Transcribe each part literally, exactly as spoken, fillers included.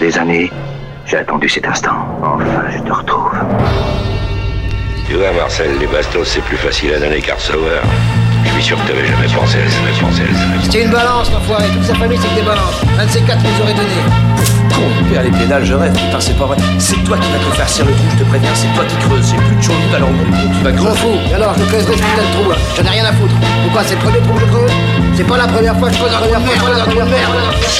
des années, j'ai attendu cet instant. Enfin, je te retrouve. Tu vois, Marcel, les bastos, c'est plus facile à donner qu'à recevoir. Je suis sûr que t'avais jamais pensé à jamais pensé à C'était une balance, l'enfoiré. Toute sa famille, c'est que des balances. Un de ces quatre nous aurait donné. Con, père, les pédales, je rêve. Putain, c'est pas vrai. C'est toi qui vas te faire cirer le trou, je te préviens. C'est toi qui creuses. J'ai plus de chaud vite, alors mon trou, tu vas Je m'en creuser. fous. Et alors, je creuserai ce putain de trou, là. J'en ai rien à foutre. Pourquoi, c'est le premier trou que je creuse? C'est pas la première fois que je creuse un trou de merde. Je creuse un trou de merde.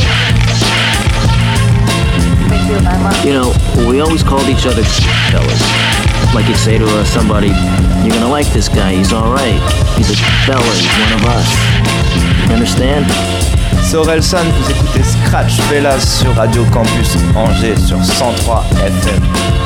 You know, we always called each other fellas. Like you'd say to uh, somebody, you're gonna like this guy, he's alright. He's a fella, he's one of us. You understand? C'est Orelsan, vous écoutez Scratch Fellas sur Radio Campus Angers sur cent trois F M.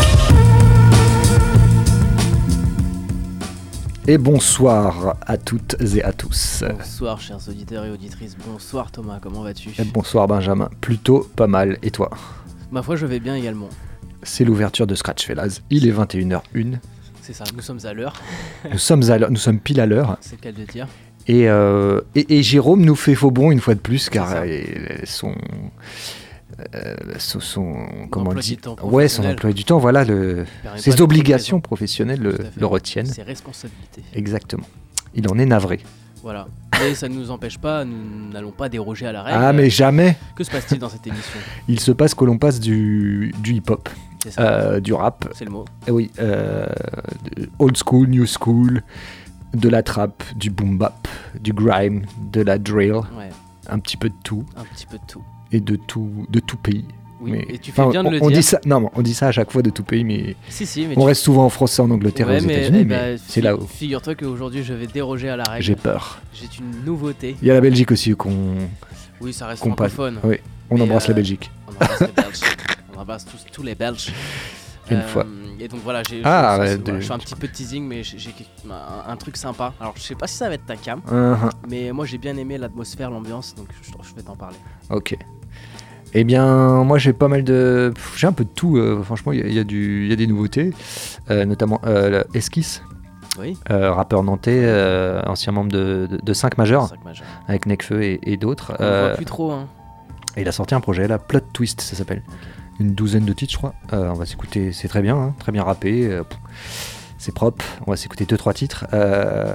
Et bonsoir à toutes et à tous. Bonsoir chers auditeurs et auditrices, bonsoir Thomas, comment vas-tu? Et bonsoir Benjamin, plutôt pas mal, et toi? Ma foi, je vais bien également. C'est l'ouverture de Scratch Fellas, il est vingt et une heures une. C'est ça, nous sommes à l'heure. Nous sommes à l'heure, nous sommes pile à l'heure. C'est le cas de le dire. Et, euh, et, et Jérôme nous fait faux bon une fois de plus, car euh, son... Euh, son, son comment on dit, ouais, son emploi du temps, voilà, le, ses obligations professionnelles le, le retiennent. Ses responsabilités. Exactement. Il en est navré. Voilà. Mais ça ne nous empêche pas, nous n'allons pas déroger à la règle. Ah, mais jamais. Que se passe-t-il dans cette émission? Il se passe que l'on passe du, du hip-hop, euh, du rap. C'est le mot. Euh, oui. Euh, old school, new school, de la trap, du boom bap, du grime, de la drill. Ouais. Un petit peu de tout. Un petit peu de tout. Et de tout, de tout pays. Oui, mais, et tu fais bien de on, le on dire. Dit ça, non, on dit ça à chaque fois de tout pays, mais, si, si, mais on tu... reste souvent en France, en Angleterre, ouais, aux mais, États-Unis, eh mais bah, c'est là où. Figure-toi qu'aujourd'hui je vais déroger à la règle. J'ai peur. J'ai une nouveauté. Il y a la Belgique aussi qu'on. Oui, ça reste qu'on francophone. Oui, on mais embrasse euh, la Belgique. On embrasse les Belges. On embrasse tous, tous les Belges. Une euh, fois. Et donc voilà, j'ai, ah, je, ouais, c'est, de... voilà, je fais un petit peu de teasing, mais j'ai, j'ai un, un truc sympa. Alors je sais pas si ça va être ta cam, uh-huh. mais moi j'ai bien aimé l'atmosphère, l'ambiance, donc je, je vais t'en parler. Ok. Eh bien, moi j'ai pas mal de. J'ai un peu de tout, euh, franchement, il y, y, y a des nouveautés, euh, notamment euh, Esquisse, oui. euh, rappeur nantais, euh, ancien membre de, de, de cinq majeurs, majeurs, avec Nekfeu et, et d'autres. On euh, voit plus trop, hein. Et il a sorti un projet, là, Plot Twist, ça s'appelle. Okay. Une douzaine de titres, je crois. Euh, on va s'écouter, c'est très bien, hein, très bien rappé. Euh, c'est propre. On va s'écouter deux trois titres. Euh,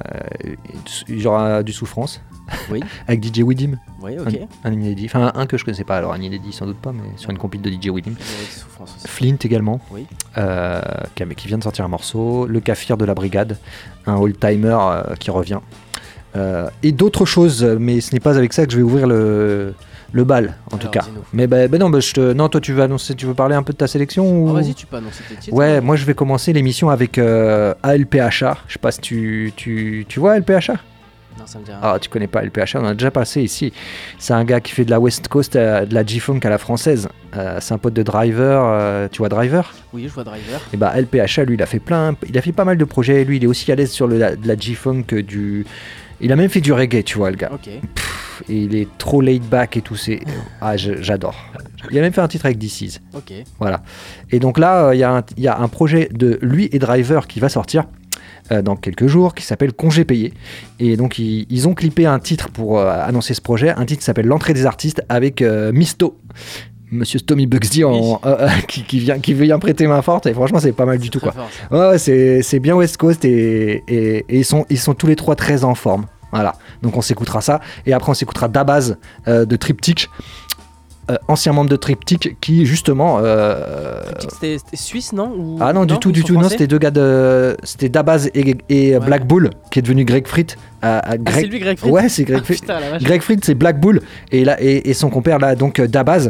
il y aura du Souffrance. Oui. Avec D J Widim. Oui, ok. Un, un inédit. Enfin, un, un que je connaissais pas. Alors, un inédit, sans doute pas, mais sur une compile de D J Widim. Flint également. Oui. Euh, qui, qui vient de sortir un morceau. Le Kafir de la Brigade. Un old-timer euh, qui revient. Euh, et d'autres choses, mais ce n'est pas avec ça que je vais ouvrir le. Le bal, en Alors, tout cas. Dis-nous. Mais bah, bah non, bah, je te... non, toi tu veux annoncer, tu veux parler un peu de ta sélection ou... oh, vas-y, tu peux annoncer tes titres. Ouais, hein. Moi je vais commencer l'émission avec euh, A L P H A. Je sais pas si tu, tu, tu vois A L P H A? Non, ça me dit rien. Ah, tu connais pas A L P H A, on en a déjà passé ici. C'est un gars qui fait de la West Coast, euh, de la G-Funk à la française. Euh, c'est un pote de Driver. Euh, tu vois Driver? Oui, je vois Driver. Et bah A L P H A, lui, il a fait plein, il a fait pas mal de projets. Lui, il est aussi à l'aise sur le, la, de la G-Funk que du. Il a même fait du reggae, tu vois, le gars. Ok. Pff, et il est trop laid back et tout. C'est... Ah, je, j'adore. Il a même fait un titre avec D C. Ok. Voilà. Et donc là, il euh, y, y a un projet de lui et Driver qui va sortir euh, dans quelques jours, qui s'appelle Congé payé. Et donc, ils, ils ont clippé un titre pour euh, annoncer ce projet. Un titre qui s'appelle L'entrée des artistes avec euh, Misto. Monsieur Tommy Bugsy en, oui. euh, qui, qui, vient, qui vient prêter main forte, et franchement c'est pas mal c'est du tout quoi. Fort, ouais, ouais c'est, c'est bien West Coast et, et, et ils, sont, ils sont tous les trois très en forme. Voilà, donc on s'écoutera ça et après on s'écoutera Dabaz euh, de Triptych. Euh, ancien membre de Triptych qui justement euh... Triptych c'était, c'était suisse non ou... ah non, non du tout du tout français? Non c'était deux gars de c'était Dabaz et, et ouais. Black Bull qui est devenu Greg Fritt euh, Greg... ah c'est lui Greg Fritt ouais c'est Greg ah, Fritt putain, Greg Fritt c'est Black Bull et là et, et son compère là donc Dabaz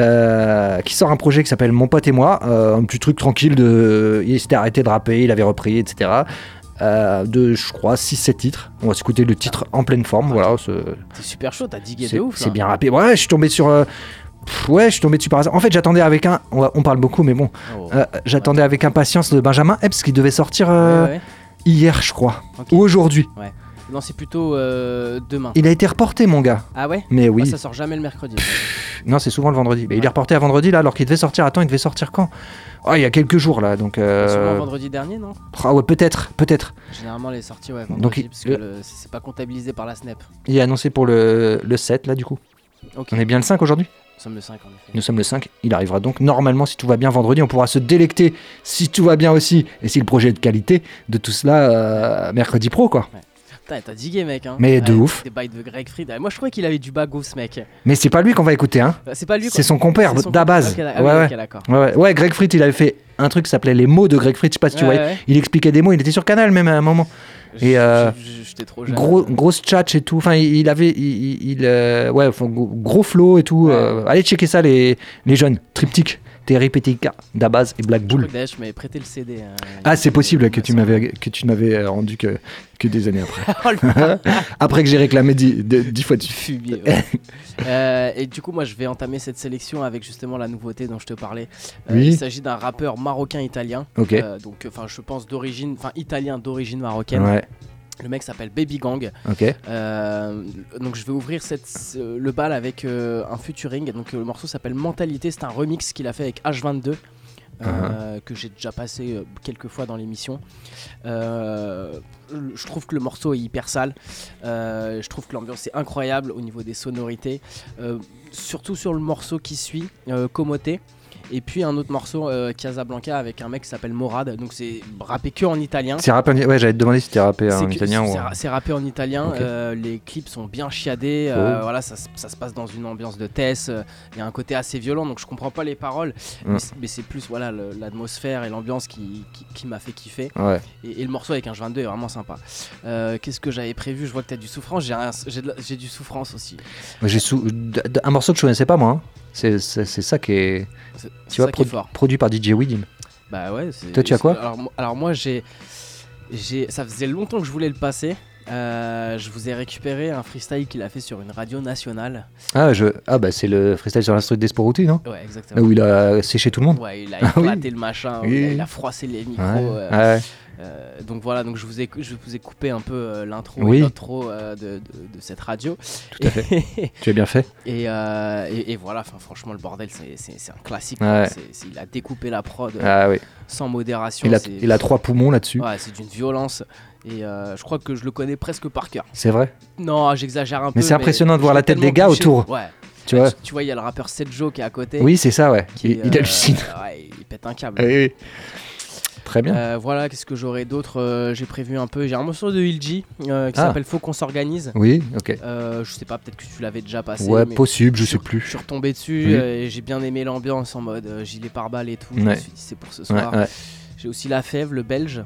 euh, qui sort un projet qui s'appelle Mon pote et moi euh, un petit truc tranquille de il s'était arrêté de rapper il avait repris etc. Euh, de je crois six sept titres. On va s'écouter le titre en pleine forme. Ah, voilà, c'est... c'est super chaud, t'as digué c'est, de ouf. C'est là. bien rappé. Ouais, je suis tombé sur. Euh... Pff, ouais, je suis tombé dessus par hasard. En fait, j'attendais avec un. On, va... on parle beaucoup, mais bon. Oh, euh, j'attendais ouais. avec impatience de Benjamin Epps qui devait sortir euh... ouais, ouais. hier, je crois. Okay. Ou aujourd'hui. Ouais. Non, c'est plutôt euh, demain. Il a été reporté, mon gars. Ah ouais? Mais oui. Ah, ça sort jamais le mercredi. Pff, non, c'est souvent le vendredi. Mais ouais. Il est reporté à vendredi, là, alors qu'il devait sortir. Attends, il devait sortir quand? Oh, il y a quelques jours, là. Donc, euh... Sûrement vendredi dernier, non? Ah ouais, peut-être, peut-être. Généralement, les sorties, ouais, vendredi, donc, il... parce que le... c'est pas comptabilisé par la Snap. Il est annoncé pour le, le sept, là, du coup. Okay. On est bien le cinq aujourd'hui? Nous sommes le cinq, en effet. Nous sommes le cinq. Il arrivera donc normalement, si tout va bien, vendredi. On pourra se délecter, si tout va bien aussi, et si le projet est de qualité, de tout cela euh, mercredi pro, quoi. Ouais. Putain, t'as digué, mec. Hein. Mais de ouais, ouf. Des bails de Greg Fried. Moi, je croyais qu'il avait du bagos, ce mec. Mais c'est pas lui qu'on va écouter, hein. C'est pas lui. C'est son compère, Dabaz. Okay, ah, ouais, ouais. Okay, d'accord. Ouais, ouais. ouais, Greg Fried, il avait fait un truc qui s'appelait Les mots de Greg Fried. Je sais pas si tu ouais, vois. Ouais. Il expliquait des mots. Il était sur Canal même à un moment. Et euh, j'étais trop jeune. Gros, grosse tchatch et tout. Enfin, il avait, il, il euh, ouais, gros flow et tout. Ouais. Euh, allez checker ça, les, les jeunes. Triptyque. Teripetika, Dabaz et Black Bull. Je m'avais prêté le C D. Hein, ah, c'est possible que tu m'avais que tu m'avais rendu que que des années après. oh, après que j'ai réclamé dix, dix fois dessus. Fumier. Ouais. euh, et du coup, moi, je vais entamer cette sélection avec justement la nouveauté dont je te parlais. Euh, oui. Il s'agit d'un rappeur marocain-italien. Ok. Euh, donc, enfin, je pense d'origine, enfin, italien d'origine marocaine. Ouais. Le mec s'appelle Baby Gang. Ok. Euh, donc je vais ouvrir cette, euh, le bal avec euh, un featuring. Donc euh, le morceau s'appelle Mentalité. C'est un remix qu'il a fait avec H vingt-deux. Euh, uh-huh. Que j'ai déjà passé euh, quelques fois dans l'émission. Euh, je trouve que le morceau est hyper sale. Euh, je trouve que l'ambiance est incroyable au niveau des sonorités. Euh, surtout sur le morceau qui suit, euh, Comoté. Et puis un autre morceau, euh, Casablanca, avec un mec qui s'appelle Morad. Donc c'est rappé que en italien. C'est rappé en... Ouais, j'allais te demander si c'était rappé en que, italien c'est, ou... c'est rappé en italien. Okay. Euh, les clips sont bien chiadés. Oh. Euh, voilà, ça, ça se passe dans une ambiance de Tess. Il euh, y a un côté assez violent, donc je comprends pas les paroles. Mm. Mais, c'est, mais c'est plus voilà, le, l'atmosphère et l'ambiance qui, qui, qui m'a fait kiffer. Ouais. Et, et le morceau avec un H vingt-deux est vraiment sympa. Euh, qu'est-ce que j'avais prévu? Je vois que tu as du souffrance. J'ai, un, j'ai, de, j'ai du souffrance aussi. J'ai sou... un morceau que je connaissais pas, moi. Hein. C'est, c'est, c'est ça qui est, c'est, tu c'est vois, ça pro- qui est fort. Produit par D J Widim. Bah ouais. C'est, Toi, tu as quoi? alors, alors moi, j'ai, j'ai, ça faisait longtemps que je voulais le passer. Euh, je vous ai récupéré un freestyle qu'il a fait sur une radio nationale. Ah, je... ah bah c'est le freestyle sur l'instru de Desporuti, non? Ouais, exactement. Où il a séché tout le monde. Ouais, il a éclaté ah, oui. le machin, oui. il, a, il a froissé les micros. Ouais. Euh, ouais. Euh, donc voilà, donc je vous ai, je vous ai coupé un peu euh, l'intro oui. et l'outro euh, de, de, de cette radio. Tout à fait. Tu as bien fait. Et, euh, et, et voilà, franchement, le bordel, c'est, c'est, c'est un classique. Ouais. C'est, c'est, il a découpé la prod euh, ah, oui. sans modération. Il a, c'est, il a trois poumons là-dessus. Ouais, c'est d'une violence. Et euh, je crois que je le connais presque par cœur. C'est vrai? Non, j'exagère un mais peu. C'est impressionnant mais de voir la tête des gars touché. autour. Ouais. Tu ouais, vois, tu vois, il y a le rappeur Setjo qui est à côté. Oui, c'est ça, ouais. Qui, il, il euh, hallucine. Ouais, il pète un câble. Oui, oui. Très bien. Euh, voilà, qu'est-ce que j'aurais d'autre? euh, J'ai prévu un peu. J'ai un morceau de Lil G euh, qui ah. s'appelle Faut qu'on s'organise. Oui, ok. Euh, je sais pas, peut-être que tu l'avais déjà passé. Ouais, possible, je sais plus. Je suis retombé dessus oui. euh, et j'ai bien aimé l'ambiance en mode euh, gilet pare-balles et tout. Ouais. Je me suis dit, c'est pour ce soir. Ouais, ouais. J'ai aussi La Fève, le belge,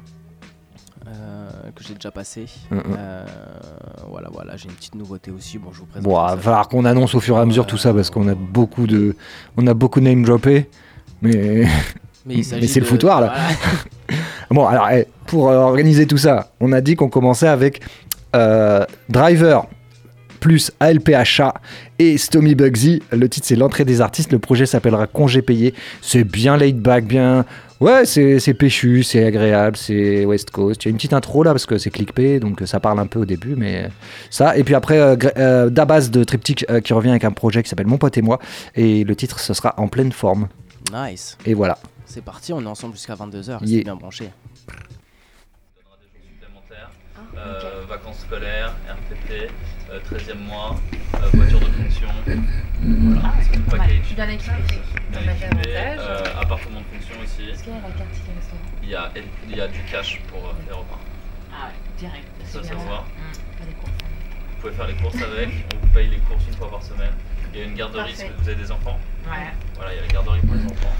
euh, que j'ai déjà passé. Mm-hmm. Euh, voilà, voilà, j'ai une petite nouveauté aussi. Bon, je vous présente. Bon, il va falloir qu'on annonce au fur et à mesure euh, tout ça parce qu'on a beaucoup de, on a beaucoup name droppé, mais. Mais, il mais c'est de... le foutoir là. Voilà. Bon, alors eh, pour euh, organiser tout ça, on a dit qu'on commençait avec euh, Driver plus A L P H A et Stomy Bugsy. Le titre c'est L'entrée des artistes. Le projet s'appellera Congé payé. C'est bien laid back, bien. Ouais, c'est, c'est péchu, c'est agréable, c'est West Coast. Il y a une petite intro là parce que c'est clickbait, donc ça parle un peu au début, mais ça. Et puis après, euh, euh, Dabaz de Triptyque euh, qui revient avec un projet qui s'appelle Mon pote et moi. Et le titre ce sera En pleine forme. Nice. Et voilà. C'est parti, on est ensemble jusqu'à vingt-deux heures, yeah. C'est bien branché. On donnera des jours supplémentaires, ah, euh, okay. Vacances scolaires, R T T, euh, treizième mois, euh, voiture de fonction, voilà, ah, c'est tout le package. Bien équipé, bien équipé, euh, appartement de fonction aussi. Est-ce qu'il y a la carte ticket restaurant? Il y a, il y a du cash pour euh, les repas. Ah ouais, direct. Ça, ça se voit. Mmh, pas des courses. Vous pouvez faire les courses avec, on vous paye les courses une fois par semaine. Il y a une garderie si vous avez des enfants. Ouais. Voilà, il y a la garderie pour les enfants.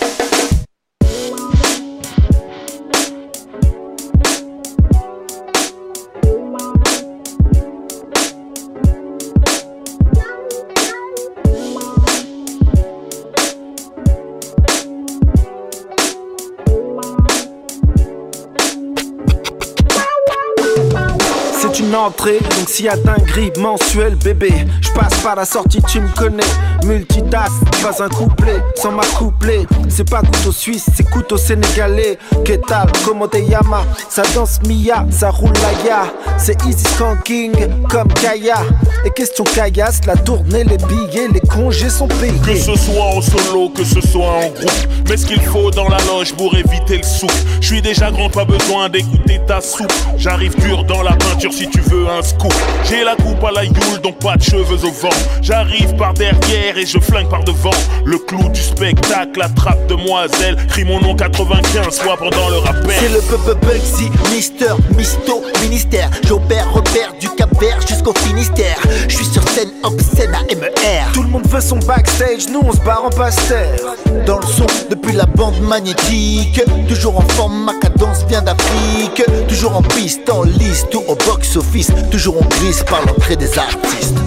Une entrée, donc s'il y a dinguerie mensuelle, bébé, je passe par la sortie, tu me connais. Multitask, pas un couplet, sans m'accoupler. C'est pas couteau suisse, c'est couteau sénégalais. Qu'est-ce comment te llama? Ça danse Mia, ça roule la ya. C'est easy skanking, comme Kaya. Et question caillasse, la tournée, les billets, les congés sont payés. Que ce soit en solo, que ce soit en groupe, mets ce qu'il faut dans la loge pour éviter le souk. Je suis déjà grand, pas besoin d'écouter ta soupe. J'arrive dur dans la peinture, si si tu veux un scoop. J'ai la coupe à la Yule, donc pas de cheveux au vent. J'arrive par derrière et je flingue par devant. Le clou du spectacle, attrape demoiselle. Crie mon nom quatre-vingt-quinze fois pendant le rappel. C'est le Bugsy, Mister, Misto, Ministère. J'opère, repère du Cap-Vert jusqu'au Finistère. Je suis sur scène, obscène à M E R. Tout le monde veut son backstage, nous on se barre en pasteur. Dans le son, depuis la bande magnétique. Toujours en forme, ma cadence vient d'Afrique. Toujours en piste, en liste ou au box-office. Toujours on glisse par l'entrée des artistes.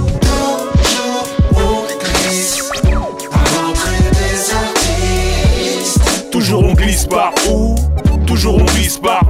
Toujours on glisse par où? Toujours on glisse par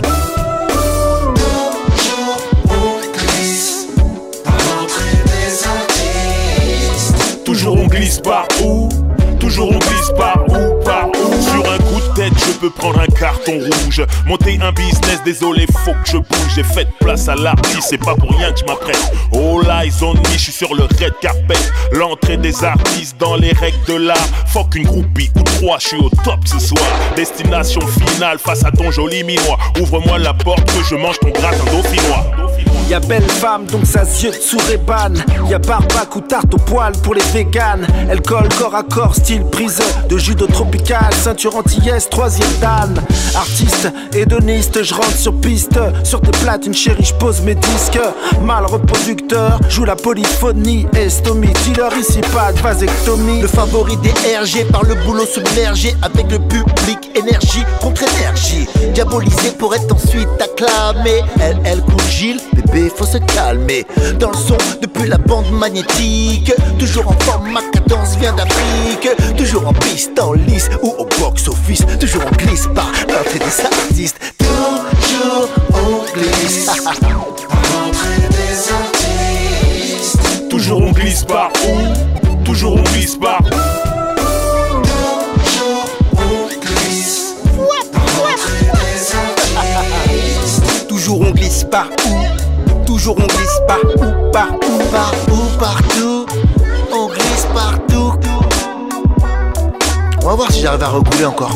Toujours on glisse par où? Toujours on glisse par où? Par où? Sur un coup de tête, je peux prendre un carton rouge. Monter un business, désolé, faut que je bouge. J'ai fait place à l'artiste, c'est pas pour rien que je m'apprête. All eyes on me, je suis sur le red carpet. L'entrée des artistes dans les règles de l'art. Fuck une groupie ou trois, je suis au top ce soir. Destination finale face à ton joli minois. Ouvre-moi la porte que je mange ton gratin dauphinois. Y'a belle femme donc sa yeux sous réban. Y'a barbac ou tarte au poil pour les véganes. Elle colle corps à corps style prise de judo tropical. Ceinture antillaise, troisième dan. Artiste, hédoniste, je rentre sur piste. Sur tes platines chérie, je pose mes disques. Mal reproducteur, joue la polyphonie. Estomie, dealer ici pas de vasectomie. Le favori des R G par le boulot submergé. Avec le public, énergie contre énergie. Diabolisé pour être ensuite acclamé. Elle, elle coule Gilles, bébé faut se calmer. Dans le son, depuis la bande magnétique. Toujours en forme, ma cadence vient d'Afrique. Toujours en piste, en lice ou au box-office. Toujours on glisse par l'entrée des artistes. Toujours on glisse. L'entrée des artistes. Toujours on glisse par où? Toujours on glisse par Toujours on glisse par où? Toujours on glisse par où? Par où? Par où? Partout. On glisse partout. On va voir si j'arrive à recouler encore.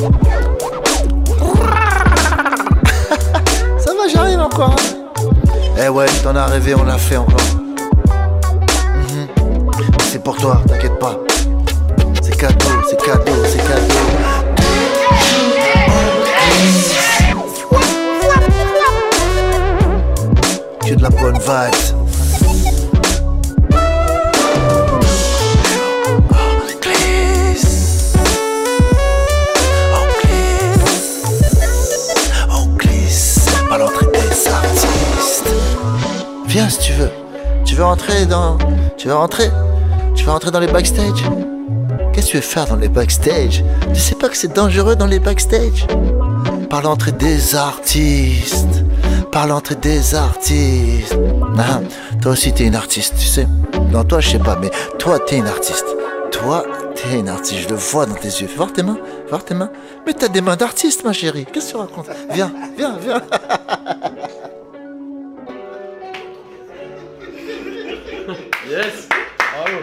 Ça va, j'arrive encore. Eh ouais, t'en as rêvé, on l'a fait encore. Mm-hmm. C'est pour toi, t'inquiète pas. C'est cadeau, c'est cadeau, c'est cadeau. Que de la bonne vibe. Viens si tu veux. Tu veux rentrer dans... Tu veux rentrer Tu veux rentrer dans les backstage? Qu'est-ce que tu veux faire dans les backstage? Tu sais pas que c'est dangereux dans les backstage? Par l'entrée des artistes. Par l'entrée des artistes. Ah, toi aussi t'es une artiste, tu sais. Non, toi je sais pas, mais toi t'es une artiste. Toi t'es une artiste, je le vois dans tes yeux. Fais voir tes mains, fais voir tes mains. Mais t'as des mains d'artiste, ma chérie. Qu'est-ce que tu racontes? Viens, viens, viens. Yes. Bravo.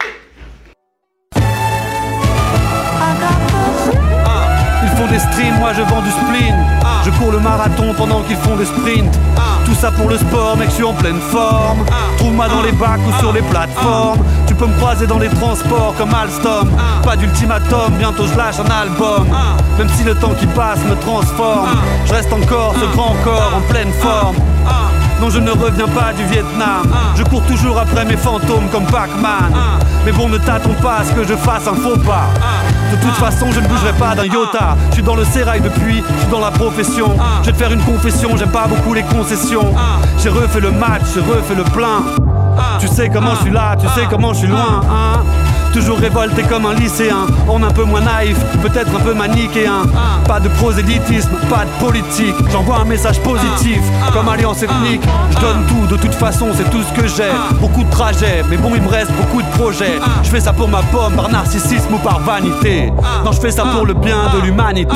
Ah, ils font des streams, moi je vends du spleen. Ah, je cours le marathon pendant qu'ils font des sprints. Ah, tout ça pour le sport, mec, je suis en pleine forme. Ah, trouve-moi dans les bacs ou sur les plateformes. Ah, tu peux me croiser dans les transports comme Alstom. Ah, pas d'ultimatum, bientôt je lâche un album. Ah, même si le temps qui passe me transforme. Ah, je reste encore ce grand corps en pleine forme. Ah, non, je ne reviens pas du Vietnam. Ah, je cours toujours après mes fantômes comme Pac-Man. Ah, mais bon, ne t'attends pas à ce que je fasse un faux pas. Ah, de toute façon, je ne bougerai pas d'un iota. Je suis dans le sérail depuis, je suis dans la profession. Ah, je vais te faire une confession, j'aime pas beaucoup les concessions. Ah, j'ai refait le match, j'ai refait le plein. Ah, tu sais comment ah, je suis là, tu ah, sais comment je suis loin, hein. Toujours révolté comme un lycéen, en un peu moins naïf, peut-être un peu manichéen. Ah, pas de prosélytisme, pas de politique. J'envoie un message positif, ah, comme alliance ethnique. Je donne tout, de toute façon c'est tout ce que j'ai. Beaucoup de trajets, mais bon il me reste beaucoup de projets. Je fais ça pour ma pomme, par narcissisme ou par vanité. Non, je fais ça pour le bien de l'humanité.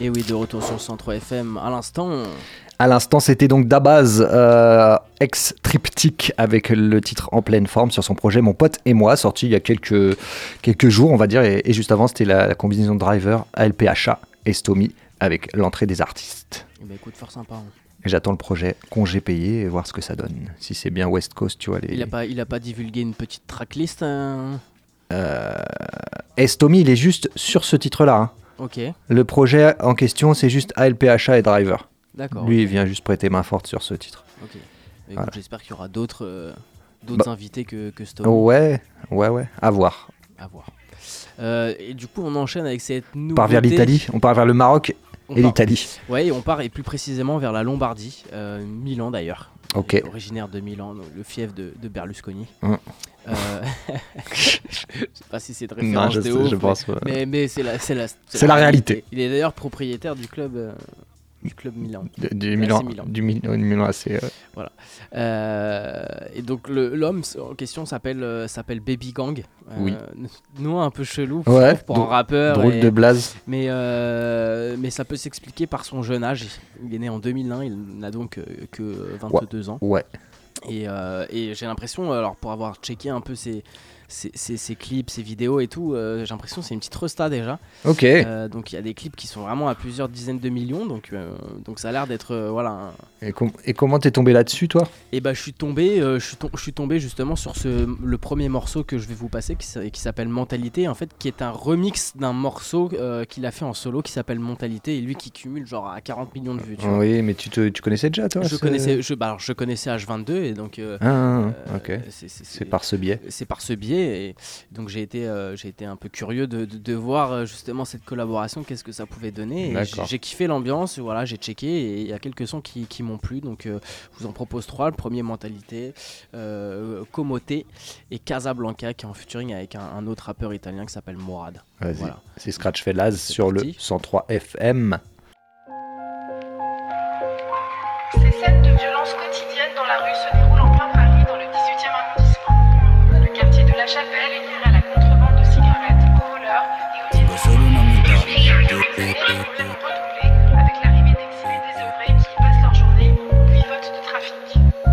Et oui, de retour sur le cent trois F M à l'instant. À l'instant, c'était donc Dabaz, euh, ex-Triptyque, avec le titre En pleine forme sur son projet Mon pote et moi, sorti il y a quelques, quelques jours, on va dire. Et, et juste avant, c'était la, la combinaison de Driver, A L P H A et Stomy, avec l'entrée des artistes. Eh ben, écoute, fort sympa. Hein. Et j'attends le projet Congé payé et voir ce que ça donne. Si c'est bien West Coast, tu vois. Les... Il n'a pas, il a pas divulgué une petite tracklist euh... Euh, Stomy, il est juste sur ce titre-là. Hein. Ok. Le projet en question, c'est juste A L P H A et Driver. D'accord. Lui, okay. il vient juste prêter main forte sur ce titre. Ok. Écoute, voilà. J'espère qu'il y aura d'autres, euh, d'autres bah, invités que, que Stomy. Ouais, ouais, ouais. À voir. À voir. Euh, et du coup, on enchaîne avec cette nouveauté. On part vers l'Italie, on part vers le Maroc on et part... l'Italie. Ouais, et on part et plus précisément vers la Lombardie, euh, Milan d'ailleurs. Ok. Originaire de Milan, le fief de, de Berlusconi. Hum. Euh, je sais pas si c'est de référence non, je de sais, ouf, je mais, pense, ouais. mais, mais c'est la, c'est la, c'est c'est la, la réalité. réalité. Il est d'ailleurs propriétaire du club, euh, du club Milan. De, du, Milan, Milan. du Milan, du Milan A C. Euh... Voilà. Euh, et donc le, l'homme en question s'appelle euh, s'appelle Baby Gang. Euh, oui. Nom un peu chelou ouais, pour drô- un rappeur. Drôle et, de blaze. Mais euh, mais ça peut s'expliquer par son jeune âge. Il est né en deux mille un. Il n'a donc euh, que vingt-deux ouais. ans. Ouais. Et, euh, et j'ai l'impression, alors pour avoir checké un peu ses, ses, ses, ses clips, ses vidéos et tout, euh, j'ai l'impression que c'est une petite resta déjà. Ok. Euh, donc il y a des clips qui sont vraiment à plusieurs dizaines de millions, donc, euh, donc ça a l'air d'être euh, voilà. Un... Et, com- et comment t'es tombé là-dessus, toi ? Et bah je suis tombé, euh, je suis tom- je suis tombé justement sur ce le premier morceau que je vais vous passer, qui, qui s'appelle Mentalité, en fait, qui est un remix d'un morceau euh, qu'il a fait en solo qui s'appelle Mentalité, et lui qui cumule genre à quarante millions de vues. Tu oui, vois. mais tu te, tu connaissais déjà, toi ? Je connaissais, je, bah alors je connaissais H vingt-deux et donc. Euh, ah, euh, ok. C'est, c'est, c'est, c'est par ce biais. C'est par ce biais, et donc j'ai été, euh, j'ai été un peu curieux de, de, de voir justement cette collaboration, qu'est-ce que ça pouvait donner. Et j'ai, j'ai kiffé l'ambiance, voilà, j'ai checké et il y a quelques sons qui, qui m'ont plu, donc euh, je vous en propose trois. Le premier, Mentalité, euh, Comoté et Casablanca, qui est en featuring avec un, un autre rappeur italien qui s'appelle Morad. Vas-y, voilà. c'est Scratch Fellas c'est sur parti. Le cent trois F M. Ces scènes de violence quotidienne dans la rue se déroulent en plein Paris, dans le dix-huitième arrondissement. Le quartier de la Chapelle est livré à la contrebande de cigarettes, aux voleurs et aux délits. Avec l'arrivée d'exilés désœuvrés qui passent leur journée au vivote de trafic.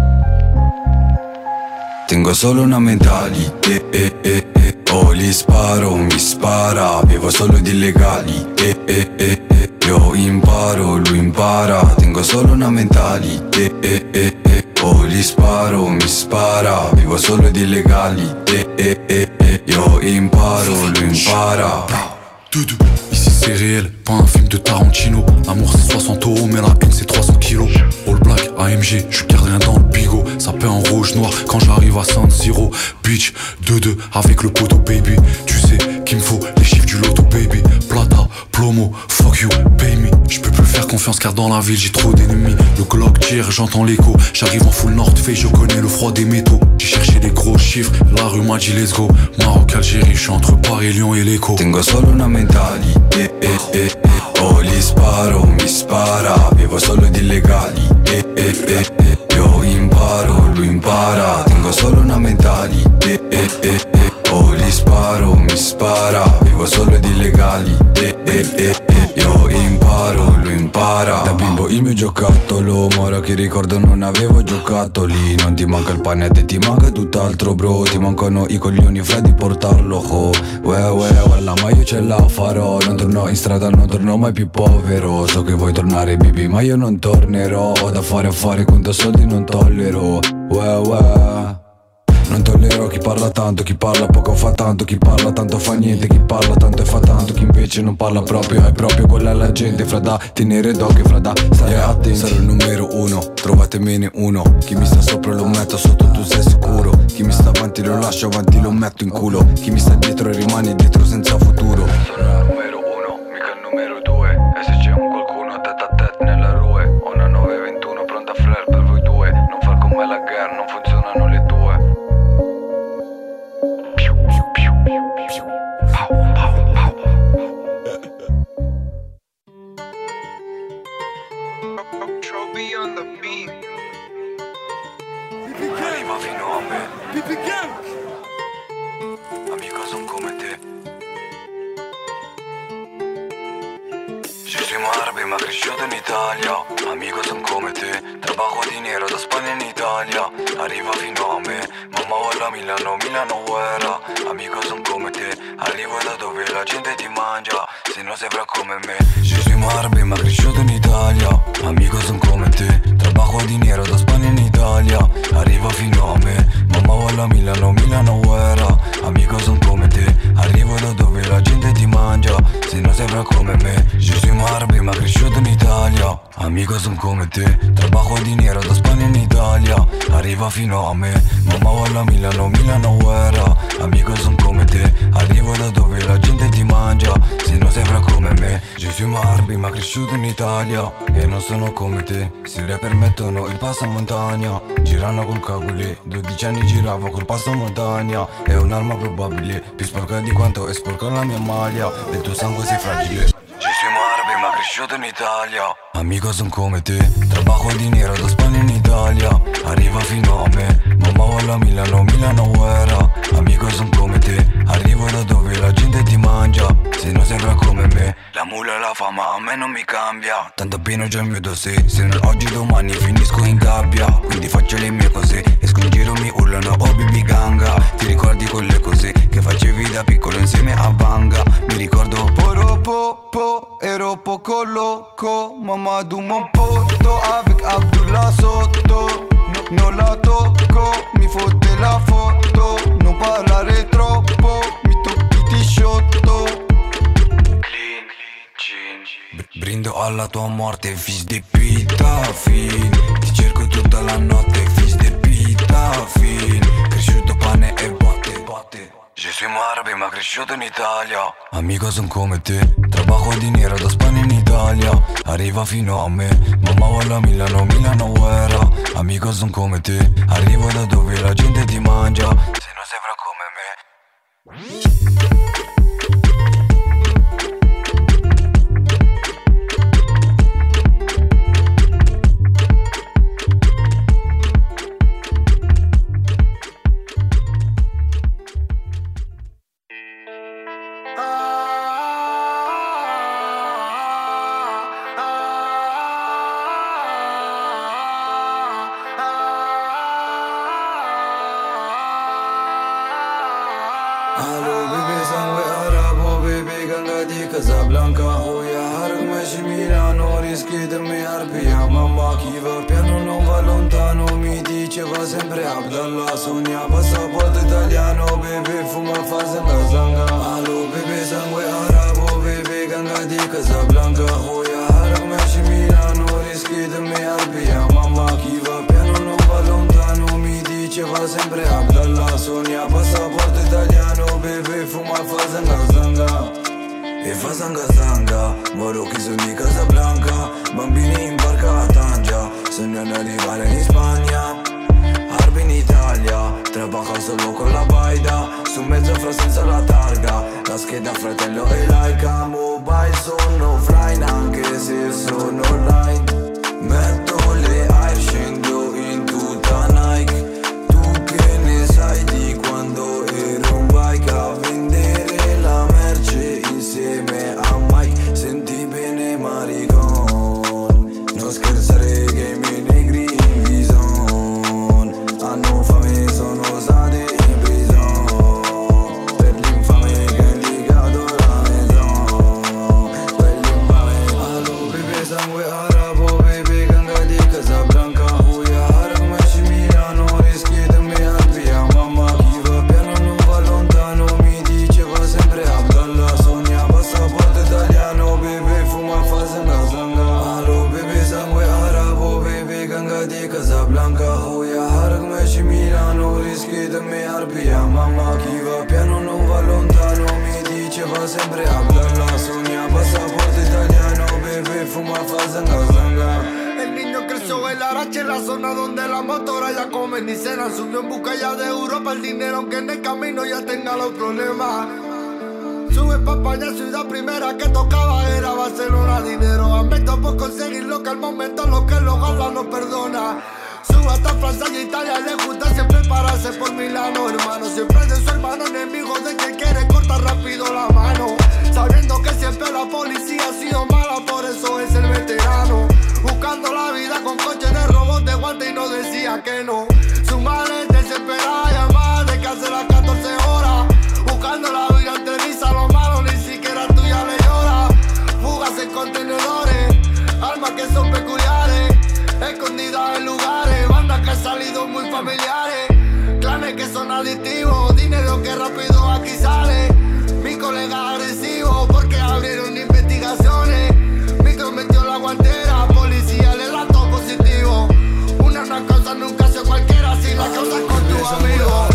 Tengo solo una mentalità, eh, eh, eh. Oh, gli sparo, mi spara, vivo solo di illegali, eh, eh, eh, eh. Io imparo, lui impara, tengo solo una mentalità, eh, eh, eh. Oh, gli sparo, mi spara, vivo solo di illegali, eh, eh, eh, eh. Io imparo, lui impara. Doudou, ici c'est réel, pas un film de Tarantino. L'amour c'est soixante euros, mais la haine c'est trois cents kilos. All black, A M G, je garde rien dans le bigot. Ça paie en rouge noir quand j'arrive à San Siro. Bitch, deux deux avec le poteau baby. Tu sais qu'il me faut les chiffres du loto baby. Plata, plomo, fuck you, pay me. J'peux plus faire confiance car dans la ville j'ai trop d'ennemis. Le Glock tire, j'entends l'écho. J'arrive en full North Face, je connais le froid des métaux. J'ai cherché des gros chiffres, la rue m'a dit let's go. Maroc, Algérie, j'suis entre Paris, Lyon et l'écho. Tengo solo una mentalità, eh, eh, eh. Oh, gli sparo, mi spara, vivo solo di illegali, eh, eh, eh, eh. Io imparo, lui impara, tengo solo una mentalità, eh, eh, eh, eh. Oh, gli sparo, mi spara, vivo solo di illegali, eh, eh, eh, eh. Io imparo, lui impara. Da bimbo il mio giocattolo, ora che ricordo non avevo giocattoli. Non ti manca il pane, te ti manca tutt'altro bro. Ti mancano i coglioni fra di portarlo ho. Uè uè, walla ma io ce la farò. Non torno in strada, non torno mai più povero. So che vuoi tornare baby ma io non tornerò. Ho da fare a fare, conto soldi non tollero. Uè uè. Non tollero chi parla tanto, chi parla poco fa tanto. Chi parla tanto fa niente, chi parla tanto e fa tanto. Chi invece non parla proprio, è proprio quella la gente. Fra da tenere d'occhio, fra da stare yeah, attenti. Sarò il numero uno, trovatemene uno. Chi mi sta sopra lo metto sotto, tu sei sicuro. Chi mi sta avanti lo lascio avanti, lo metto in culo. Chi mi sta dietro rimane dietro senza futuro. Sono il numero uno, mica il numero due. E se c'è un qualcuno tête a tête nella rue. Ho una nove ventuno pronta a flare per voi due. Non far con me la guerra, non funzionano le tue. Arriva fino a me. Amico son come te. Je suis sono arabe ma cresciuto in Italia. Amico son come te, trabajo dinero da Spagna in Italia. Arriva fino a me, mamma vuole Milano, Milano guerra. Amico son come te, arrivo da dove la gente ti mangia. Se no sembra come me. Io sono arabe ma cresciuto in Italia. Amico son come te, trabajo dinero da Spagna in Italia. Arriva fino a me, mamma vuole Milano, Milano guerra. Amico son come te, arrivo da dove la gente ti mangia. Se no sembra come me. Io sono arabe ma cresciuto in Italia. Amico son come te, trabajo dinero da Spagna in Italia. Arriva fino a me, mamma vuole Milano, Milano guerra. Amico son come te, arrivo da dove la gente ti mangia. Se no sembra come me. Io sono arabe ma cresciuto in Italia. E non sono come te, se le permettono il passamontagna. Girano col cagule, dodici anni giravo col passamontagna. È un'arma probabile, più sporca di quanto è sporca la mia maglia. E il tuo sangue sei fragile. Io sono arabe ma cresciuto in Italia. Amico son come te, trabajo dinero da Spagna in Italia. Arriva fino a me, mamma vuole Milano, Milano guerra. Amico son come te, arrivo da dove la gente ti mangia. Se non sembra come me, la mula e la fama a me non mi cambia. Tanto pieno già il mio dossier, se non oggi domani finisco in gabbia. Quindi faccio le mie cose, esco in giro mi urlano oh baby ganga. Ti ricordi quelle cose che facevi da piccolo insieme a Banga? Mi ricordo poro po po, ero poco loco. Mamma du mon poto avec Abdullah sotto. No, non la tocco, mi fotte la foto. Non parlare troppo, mi tocchi ti sciotto. Brindo alla tua morte, fils de pita, fin. Ti cerco tutta la notte, fils de pita, fin. Cresciuto pane e botte, botte. Io sono arabe ma cresciuto in Italia. Amico son come te, trabajo dinero da Spagna in Italia. Arriva fino a me, mamma vuole Milano, Milano guerra. Amico son come te, arrivo da dove la gente ti mangia. Se non sembra come me. Sempre Abdallah, sogna passaporto italiano, bebe fuma fa zanga zanga. Allo bebe sangue arabo, bebe ganga di Casablanca. Hoya harak meshi Milano, rischi di me arbia. Mamma chi va piano non va lontano, mi diceva sempre Abdallah, sogna passaporto italiano, bebe fuma fa zanga zanga. E fa zanga zanga, marocchi sono di Casablanca. Bambini in barca a Tangia, sognano arrivare in Spagna. In Italia, trabaja solo con la baida. Su mezzo fra senza la targa. La scheda fratello e laica. Mobile sono offline anche se sono online. Metto le air, scendo in tutta Nike. Tu che ne sai di quando ero un bike a vendere la merce insieme a Mike. Senti bene maricon, non scherzare che i miei negri in vison hanno fame, sono usati in prison. Per l'infame che è legato la maison. Quell'infame. Allo bebe sangue arabo, bebe ganga di Casablanca. Hoya harak meshi Milano, rischi di me arbia. Mamma chi va piano non va lontano, mi diceva sempre Abdallah, sogna passaporto italiano, bebe fuma fa zanga zanga. Allo bebe sangue arabo, bebe ganga di Casablanca. Hoya harak meshi Milano, rischi di me arbia. Mamma chi va piano non va lontano, mi diceva sempre Abdallah, sogna passaporto italiano, bebe fuma fa zanga zanga. El niño creció en la racha en la zona donde la motora ya comen y cenan. Subió en busca ya de Europa el dinero, aunque en el camino ya tenga los problemas. Sube pa' España, ciudad primera que tocaba era Barcelona. Dinero aumento por conseguirlo, que al momento lo que lo gala no perdona. Sube hasta Francia y Italia, le gusta siempre pararse por Milano. Hermano, siempre de su hermano, enemigo de que quiere cortar rápido la mano. sabiendo que siempre la policía ha sido mala, por eso es el veterano. Buscando la vida con coche de robot de guante y no decía que no. Su madre desesperada, llamada de cárcel a catorce horas. Buscando la vida entre risa, lo malo ni siquiera tuya le llora. Fugas en contenedores, armas que son peculiares, escondidas en lugares, bandas que han salido muy familiares, clanes que son adictivos, dinero que rápido aquí sale. Mi colega agresivo porque abrieron investigaciones. Micro metió la guantera, policía le dató positivo. Una no causa nunca sea cualquiera, si la causa con tu amigo.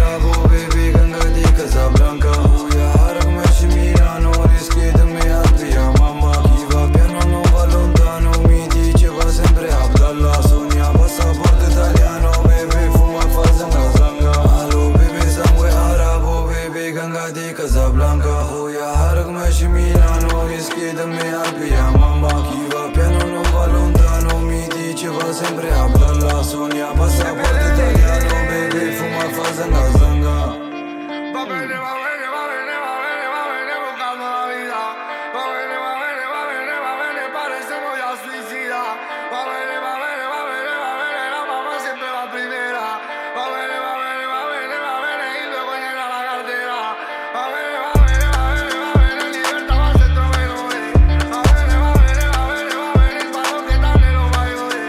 Sempre Abdallah, Sonia, passaporto italiano, baby, fuma, fa zanga zanga. Va bene, va bene, va bene, va bene, va bene, buscando la vida. Va bene, va bene, va bene, va bene, parecemos ya suicida. Va bene, va bene, va bene, va bene, la mamá siempre va primera. Va bene, va bene, va bene, va bene, y luego llega la cartera. Va bene, va bene, va bene, va bene, libertad va a centro menores. Va bene, va bene, va bene, va bene, y para los que están en los mayores.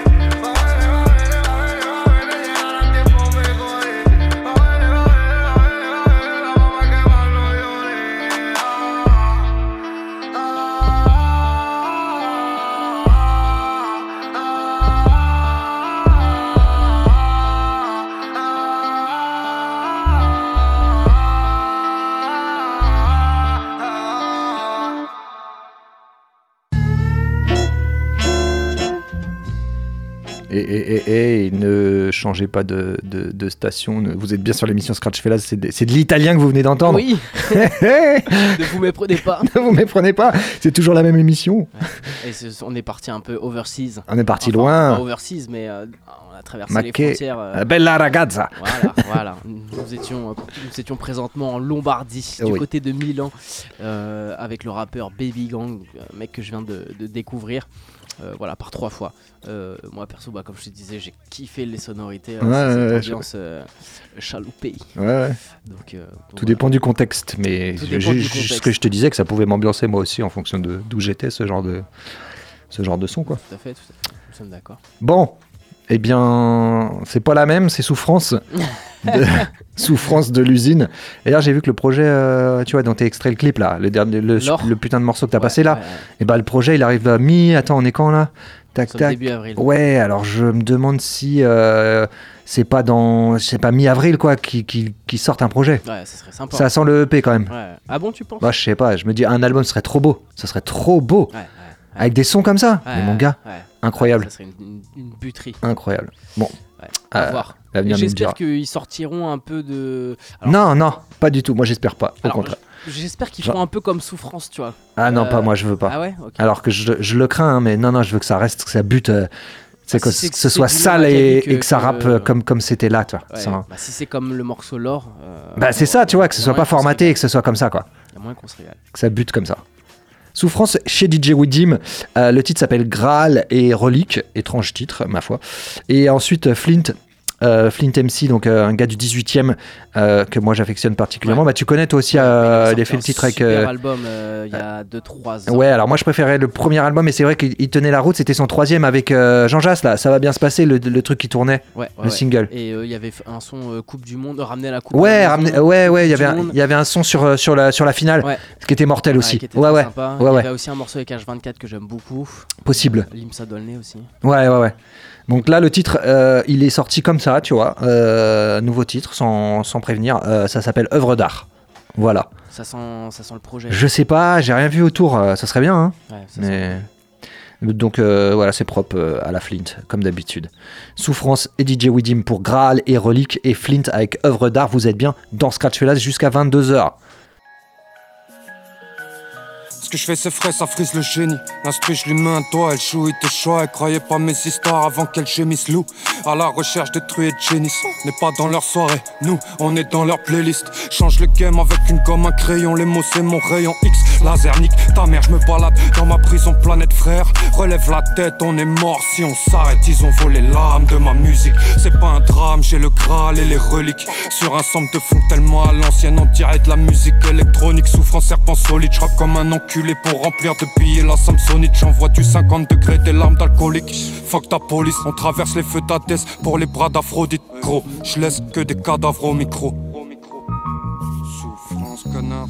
Et, et, et, et ne changez pas de, de, de station. Vous êtes bien sur l'émission Scratch Fellas. C'est de, c'est de l'italien que vous venez d'entendre. Oui. Ne vous méprenez pas. Ne vous méprenez pas. C'est toujours la même émission. Ouais. Et c'est, on est parti un peu overseas. On est parti enfin, loin. Pas overseas, mais euh, on a traversé Maquet, les frontières. Euh, bella ragazza. Voilà, voilà. Nous étions, nous étions présentement en Lombardie, du oui. côté de Milan, euh, avec le rappeur Baby Gang, un mec que je viens de, de découvrir. Euh, voilà, par trois fois. Euh, moi perso, bah, comme je te disais, j'ai kiffé les sonorités, ouais, hein, ouais, cette ambiance euh, chaloupée. Ouais, ouais. Donc, euh, donc, tout voilà. dépend du contexte, mais Tout je, dépend je, du contexte. ce que je te disais, que ça pouvait m'ambiancer moi aussi en fonction de d'où j'étais, ce genre de ce genre de son, quoi. Tout à fait, tout à fait. Nous sommes d'accord. Bon, eh bien, c'est pas la même, c'est Souffrance. de, Souffrance de l'usine. Et là, j'ai vu que le projet, euh, tu vois, dont t'as extrait le clip là, le, dernier, le, le putain de morceau que t'as ouais, passé là, ouais, ouais. et bah le projet il arrive à mi. Attends, on est quand là? Tac, Sur tac. début avril. Ouais, alors je me demande si euh, c'est pas dans, c'est pas mi-avril quoi, qui, qui, qui sortent un projet. Ouais, ça serait sympa. Ça sent le E P quand même. Ouais. Ah bon, tu penses? Bah, je sais pas, je me dis un album serait trop beau. Ça serait trop beau. Ouais, ouais, ouais. Avec des sons comme ça. Ouais, mais mon gars, ouais. incroyable. Ça serait une, une, une buterie. Incroyable. Bon. Ouais. À euh, voir. L'avenir Et nous j'espère dira. qu'ils sortiront un peu de. Alors, non, non, pas du tout. Moi, j'espère pas. Au alors, contraire. J'espère qu'ils Genre. feront un peu comme Souffrance, tu vois. Ah non, Euh, pas moi, je veux pas. Ah ouais, ok. Alors que je, je le crains, hein, mais non, non, je veux que ça reste, que ça bute. Euh, c'est Ah, que, si c'est que que ce c'est soit du sale Maccabi et, que- et que ça que- rappe euh, comme comme c'était là, tu vois. Ouais, Ça, hein. bah, si c'est comme le morceau L'Or. Euh, Bah c'est ça, tu vois, que ce y a soit moyen pas qu'on se formaté et que ce soit comme ça, quoi. Il y a moyen qu'on se régale. Que ça bute comme ça. Souffrance chez D J Widim. Euh, le titre s'appelle Graal et Relique. Étrange titre, ma foi. Et ensuite, Flint. Euh, Flint M C, donc euh, un gars du dix-huitième euh, que moi j'affectionne particulièrement. Ouais. Bah, tu connais toi aussi, Ouais, euh, il il a a fait le sorti titre un avec. super euh, album euh, il y a deux trois ans. Ouais, alors moi je préférais le premier album, mais c'est vrai qu'il il tenait la route. C'était son troisième avec euh, Jean Jass, là. Ça va bien se passer, le, le truc qui tournait, Ouais, ouais, le ouais. single. Et euh, il y avait f- un son euh, Coupe du Monde, euh, ramener la Coupe. à Ouais, la ramener- maison, ouais, ouais, il y Coupe avait, du un, Monde. il y avait un son sur, euh, sur, la, sur la finale, Ouais. ce qui était mortel aussi. Ouais, qui était Ouais, très ouais, sympa. ouais, Il y ouais. avait aussi un morceau avec H vingt-quatre que j'aime beaucoup. Possible. Limsa Dolné aussi. Ouais, ouais, ouais. Donc là, le titre, euh, il est sorti comme ça, tu vois. Euh, nouveau titre, sans, sans prévenir. Euh, ça s'appelle Œuvre d'art. Voilà. Ça sent, ça sent le projet. Je sais pas, j'ai rien vu autour. euh, ça serait bien, hein. Ouais, ça Mais... Donc euh, voilà, c'est propre euh, à la Flint, comme d'habitude. Souffrance et D J Widim pour Graal et Relique, et Flint avec Œuvre d'art. Vous êtes bien dans Scratch Fellas jusqu'à vingt-deux heures. Ce que je fais c'est frais, ça frise le génie. L'instru je lui mets un doigt, elle choue, il te choix. Elle croyait pas mes histoires avant qu'elle gémisse loup. À la recherche de truies et de génies. N'est pas dans leur soirée, nous on est dans leur playlist. Change le game avec une gomme, un crayon. Les mots c'est mon rayon X. laser, nique ta mère, je me balade dans ma prison planète frère. Relève la tête, on est mort si on s'arrête. Ils ont volé l'âme de ma musique. C'est pas un drame, j'ai le Graal et les reliques. Sur un sample de fond tellement à l'ancienne, on dirait de la musique électronique. Souffrant serpent solide, j'rappe comme un enculé pour remplir de billets la Samsonite. J'envoie du cinquante degrés, des larmes d'alcoolique. Fuck ta police, on traverse les feux d'Hadès pour les bras d'Aphrodite. Gros, j'laisse que des cadavres au micro. Souffrance, connard.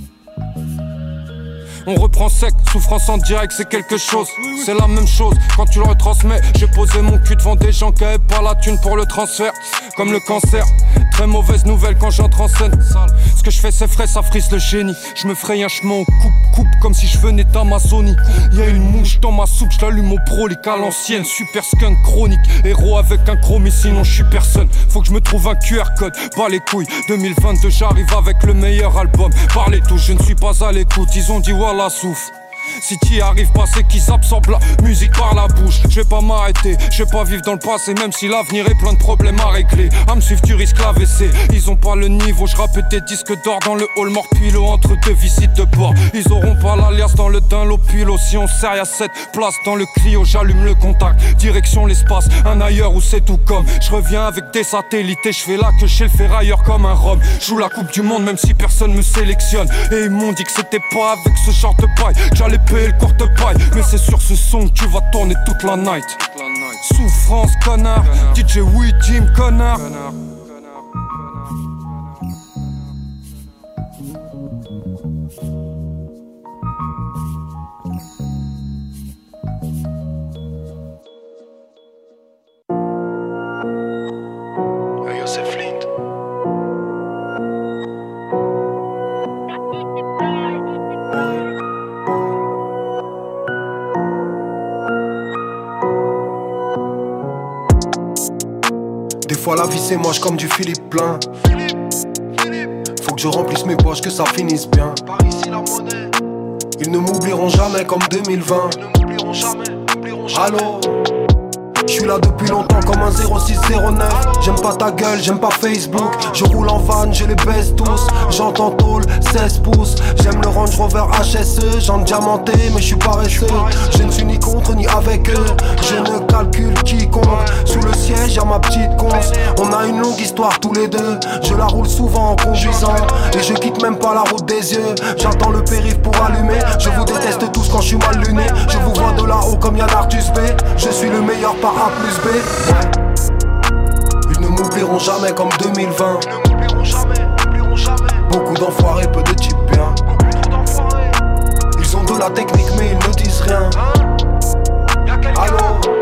On reprend sec, souffrance en direct, c'est quelque chose. C'est la même chose quand tu le retransmets. J'ai posé mon cul devant des gens qui avaient pas la thune pour le transfert. Comme le cancer, très mauvaise nouvelle quand j'entre en scène. Ce que je fais c'est frais, ça frise le génie. Je me fraye un chemin au coupe-coupe comme si je venais d'Amazonie. Y'a une mouche dans ma soupe, je l'allume au prolique à l'ancienne. Super skunk chronique, héros avec un chromie, sinon je suis personne. Faut que je me trouve un Q R code, pas les couilles. deux mille vingt-deux j'arrive avec le meilleur album. Parlez tout, je ne suis pas à l'écoute, ils ont dit voilà souffle. Si t'y arrives pas c'est qu'ils absorbent la musique par la bouche. Je vais pas m'arrêter, je vais pas vivre dans le passé. Même si l'avenir est plein de problèmes à régler. À me suivre tu risques l'A V C. Ils ont pas le niveau, je rappe des disques d'or dans le hall Morpilo entre deux visites de port. Ils auront pas l'alias dans le Dunlopilo. Si on serre y'a sept places dans le Clio. J'allume le contact, direction l'espace. Un ailleurs où c'est tout comme. Je reviens avec des satellites et je fais là que chez le ferrailleur comme un rhum. Joue la coupe du monde même si personne me sélectionne. Et ils m'ont dit que c'était pas avec ce genre de paille j'allais payer le courte paille. Mais c'est sur ce son que tu vas tourner toute la night. Souffrance connard, D J oui Jim connard. Hey yo c'est Flint. Des fois la vie c'est moche comme du Philippe plein. Faut que je remplisse mes poches, que ça finisse bien. Ils ne m'oublieront jamais comme deux mille vingt. Allô, je suis là depuis longtemps comme un zéro six zéro neuf. J'aime pas ta gueule, j'aime pas Facebook. Je roule en van, je les baisse tous. J'entends tôle, seize pouces. J'aime le Range Rover H S E. J'en diamanté mais je suis paresseux. Je ne suis ni contre ni avec eux. Je ne calcule quiconque. Sous le siège y'a ma petite conce. On a une longue histoire tous les deux. Je la roule souvent en conduisant. Et je quitte même pas la route des yeux. J'attends le périph' pour allumer. Je vous déteste tous quand je suis mal luné. Je vous vois de là-haut comme Yann Arthus B. Je suis le meilleur par A plus B. Ouais. Ils ne m'oublieront jamais comme deux mille vingt. Beaucoup d'enfoirés, peu de types bien. Ils ont de la technique mais ils ne disent rien. Allô,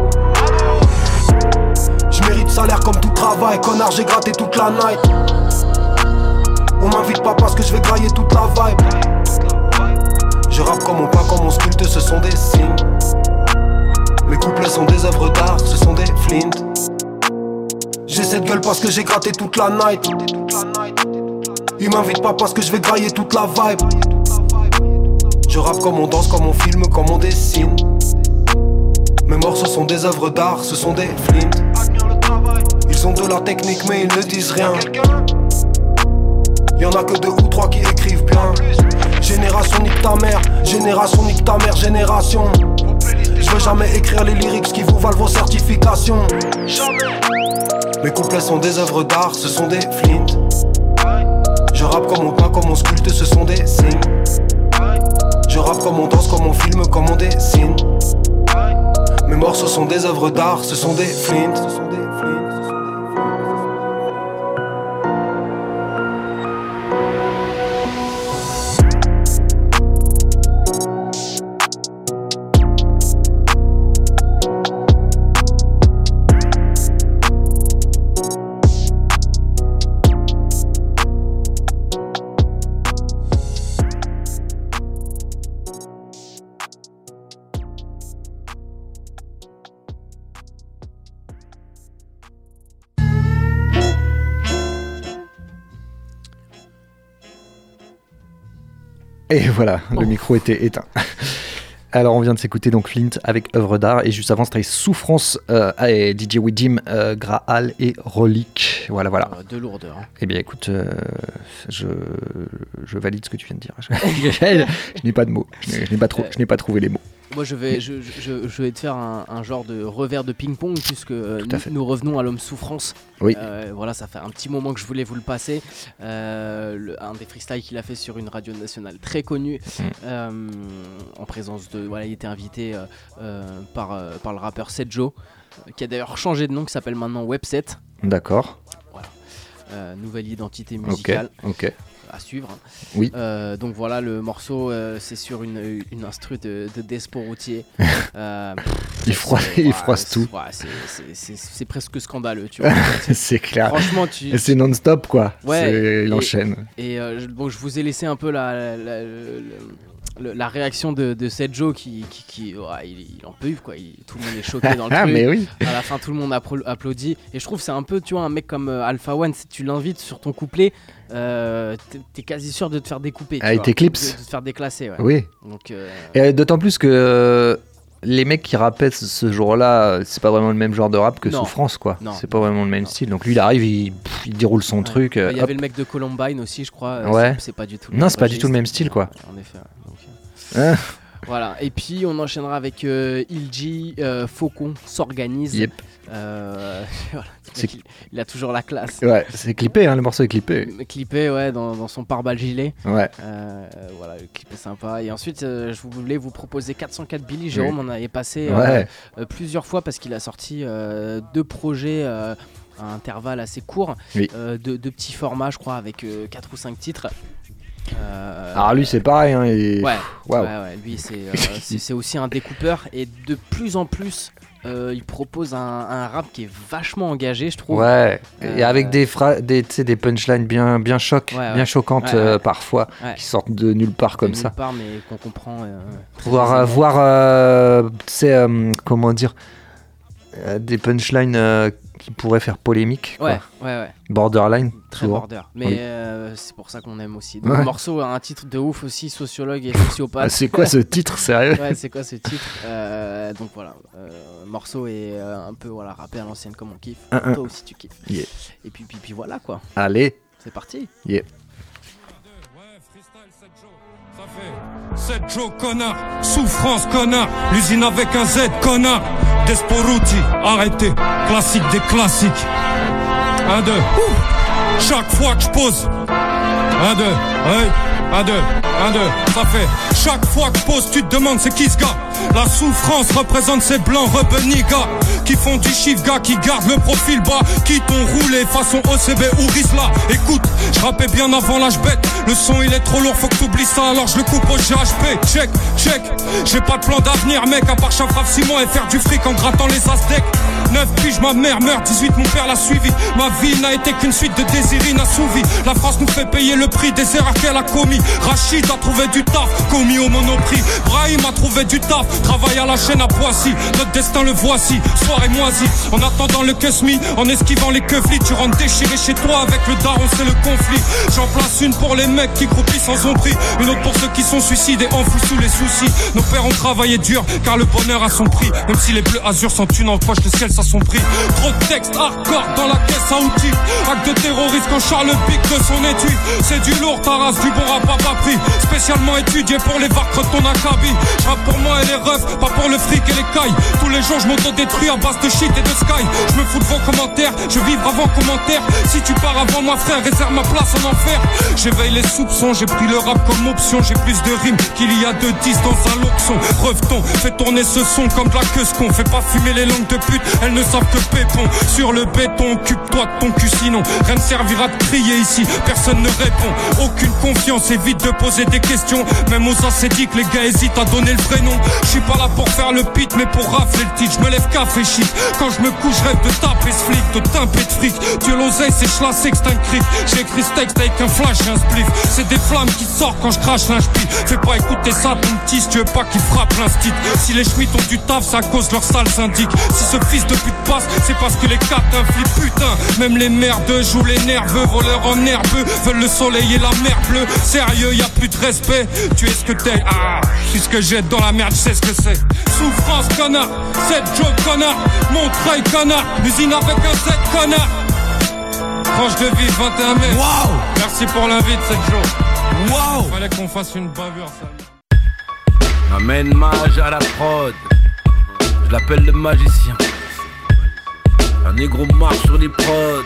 je mérite salaire comme tout travail. Connard, j'ai gratté toute la night. On m'invite pas parce que je vais grailler toute la vibe. Je rappe comme on pas comme on sculpte, ce sont des signes. Mes couplets sont des œuvres d'art, ce sont des Flint. J'ai cette gueule parce que j'ai gratté toute la night. Ils m'invitent pas parce que je vais grailler toute la vibe. Je rappe comme on danse, comme on filme, comme on dessine. Mes morceaux sont des œuvres d'art, ce sont des Flint. Ils ont de la technique mais ils ne disent rien. Y'en a que deux ou trois qui écrivent bien. Génération nique ta mère, génération nique ta mère, génération. Je veux jamais écrire les lyrics qui vous valent vos certifications. Mes couplets sont des œuvres d'art, ce sont des Flint. Je rappe comme on peint, comme on sculpte, ce sont des signes. Je rappe comme on danse, comme on filme, comme on dessine. Mes morceaux sont des œuvres d'art, ce sont des Flint. Et voilà, le micro était éteint. Alors on vient de s'écouter donc Flint avec œuvre d'art et juste avant c'était Souffrance euh, et D J Widim, euh, Graal et Relique. Voilà voilà. De lourdeur. Hein. Eh bien écoute, euh, je, je valide ce que tu viens de dire. je, je, je n'ai pas de mots, je n'ai, je n'ai pas trop, je n'ai pas trouvé les mots. Moi je vais, je, je, je vais te faire un, un genre de revers de ping-pong puisque euh, nous, nous revenons à l'homme Souffrance. Oui. Euh, voilà, ça fait un petit moment que je voulais vous le passer. Euh, le, un des freestyles qu'il a fait sur une radio nationale très connue, mmh. euh, en présence de, voilà, il était invité euh, euh, par, euh, par le rappeur Sedjo, euh, qui a d'ailleurs changé de nom, qui s'appelle maintenant Webset. D'accord. Voilà. Euh, nouvelle identité musicale. Ok. ok. À suivre. Oui. Euh, donc voilà, le morceau, euh, c'est sur une, une instru de, de Despo Routier. Euh, il froisse, il ouais, froisse tout. Ouais, c'est, c'est, c'est, c'est presque scandaleux, tu vois. C'est clair. Franchement, tu. Et c'est non-stop, quoi. Ouais. C'est, il enchaîne. Et euh, bon, je vous ai laissé un peu la. la, la, la Le, la réaction de, de Sedjo qui, qui, qui ouais, il, il en peut quoi, il, tout le monde est choqué dans le ah, truc. Mais oui. À la fin, tout le monde appro- applaudit. Et je trouve que c'est un peu, tu vois, un mec comme euh, Alpha One, si tu l'invites sur ton couplet, euh, t'es, t'es quasi sûr de te faire découper. Ah, il t'éclipse. De, de te faire déclasser. Ouais. Oui. Donc, euh... Et d'autant plus que euh, les mecs qui rappaient ce, ce jour-là, c'est pas vraiment le même genre de rap que non. Souffrance, quoi. Non. C'est pas vraiment le même non. style. Donc lui, il arrive, il, pff, il déroule son ouais. truc. Il euh, y avait le mec de Columbine aussi, je crois. Ouais. C'est, c'est pas du tout. Non, c'est pas du tout le même style, quoi. En effet. Donc, euh... Voilà, et puis on enchaînera avec euh, Ilji, euh, Faucon s'organise. Yep. Euh, voilà, il, il a toujours la classe. Ouais, c'est clippé, hein, le morceau est clippé. Clippé, ouais, dans, dans son pare-balles gilet. Ouais. Euh, voilà, le clip est sympa. Et ensuite, euh, je voulais vous proposer quatre cent quatre Billy. Jérôme oui. en avait passé ouais. euh, euh, plusieurs fois parce qu'il a sorti euh, deux projets euh, à intervalles assez courts, oui. euh, de, de petits formats, je crois, avec euh, quatre ou cinq titres. Euh, Alors lui c'est pareil hein, et... ouais, wow. ouais, ouais, lui c'est, euh, c'est, c'est aussi un découpeur et de plus en plus euh, il propose un, un rap qui est vachement engagé je trouve. Ouais, euh, et avec des, fra- des, des punchlines bien, bien, choc, ouais, ouais. bien choquantes ouais, ouais. Euh, parfois, ouais. qui sortent de nulle part comme de ça. Nulle part mais qu'on comprend. Euh, voir, voir euh, tu sais, euh, comment dire, euh, des punchlines euh, qui pourraient faire polémique. Quoi. Ouais, ouais, ouais. Borderline. Très souvent. border. Mais oui. euh, c'est pour ça qu'on aime aussi. Donc, ouais. Le morceau a un titre de ouf aussi, sociologue et sociopathe. Ah, c'est quoi ce titre, sérieux? Ouais, c'est quoi ce titre euh, Donc voilà, euh, le morceau est euh, un peu voilà, rappé à l'ancienne comme on kiffe. Un, Toi un. aussi tu kiffes. Yeah. Et puis, puis, puis voilà quoi. Allez. C'est parti. Yeah. Sedjo connard, Souffrance connard, l'usine avec un Z connard, Desporuti, arrêtez, classique des classiques. Un, deux, ouh. Chaque fois que je pose. Un, deux, hey. Un, deux, un, deux, ça fait. Chaque fois que je pose, tu te demandes c'est qui ce gars. La souffrance représente ces blancs rebenigas qui font du chiffre gars, qui gardent le profil bas, qui t'ont roulé façon O C B ou Risla. Écoute, je rappais bien avant l'âge bête. Le son il est trop lourd, faut que t'oublies ça, alors je le coupe au G H P. Check, check, j'ai pas de plan d'avenir mec, à part Chafraf Simon et faire du fric en grattant les Aztecs. neuf piges, ma mère meurt, dix-huit mon père l'a suivi. Ma vie n'a été qu'une suite de désirs inassouvis. La France nous fait payer le prix des erreurs qu'elle a commis. Rachid a trouvé du taf, commis au monoprix. Brahim a trouvé du taf, travaille à la chaîne à Poissy. Notre destin le voici, soirée moisie. En attendant le Kesmi, en esquivant les keuflis. Tu rentres déchiré chez toi avec le daron, c'est le conflit. J'en place une pour les mecs qui croupissent sans son prix. Une autre pour ceux qui sont suicidés, enfouis sous les soucis. Nos pères ont travaillé dur, car le bonheur a son prix. Même si les bleus azur sont une en poche, le ciel ça son prix. Trop de textes hardcore dans la caisse à outils. Acte de terroriste quand Charles pique de son étui. C'est du lourd, ta race, du bon rap à pas pris. Spécialement étudié pour les varcres ton acabit. J'rappe pour moi et les refs, pas pour le fric et les cailles. Tous les jours je m'auto-détruis à base de shit et de sky. Je me fous de vos commentaires, je vivre avant commentaire. Si tu pars avant moi frère, réserve ma place en enfer. J'éveille les soupçons, j'ai pris le rap comme option. J'ai plus de rimes qu'il y a de distance à l'oxon. Revetons, fais tourner ce son comme de la queue qu'on. Fais pas fumer les langues de pute, elles ne savent que pépon. Sur le béton, occupe-toi de ton cul sinon rien ne servira de crier ici, personne ne répond. Aucune confiance, évite de poser des questions. Même aux ascétiques, les gars hésitent à donner le vrai nom. J'suis pas là pour faire le pit, mais pour rafler le titre. J'me lève café chic, quand je me couche, rêve de taper ce flic, de timper de fric. Dieu l'oseille, c'est chlassé que c'est un cric. J'ai écrit ce texte avec un flash et un spliff. C'est des flammes qui sortent quand je crache l'inspi. Fais pas écouter ça ton petit, si tu veux pas qu'il frappe l'instit. Si les schmitts ont du taf, c'est à cause de leur sale syndic. Si ce fils de pute passe, c'est parce que les quatre inflient putain. Même les merdes jouent les nerveux, voleurs en herbeux, veulent le soleil et la mer bleue. Serre sérieux, y a plus de respect. Tu es ce que t'es, ah, je suis ce que j'ai dans la merde, je sais ce que c'est. Souffrance, connard, c'est Joe, connard. Montreuil, connard, l'usine avec un Z, connard. Tranche de vie, vingt et un mai. Wow. Merci pour l'invite, cette jour. Wow. Fallait qu'on fasse une bavure, ça. Amène mage à la prod. Je l'appelle le magicien. Un négro marche sur les prods.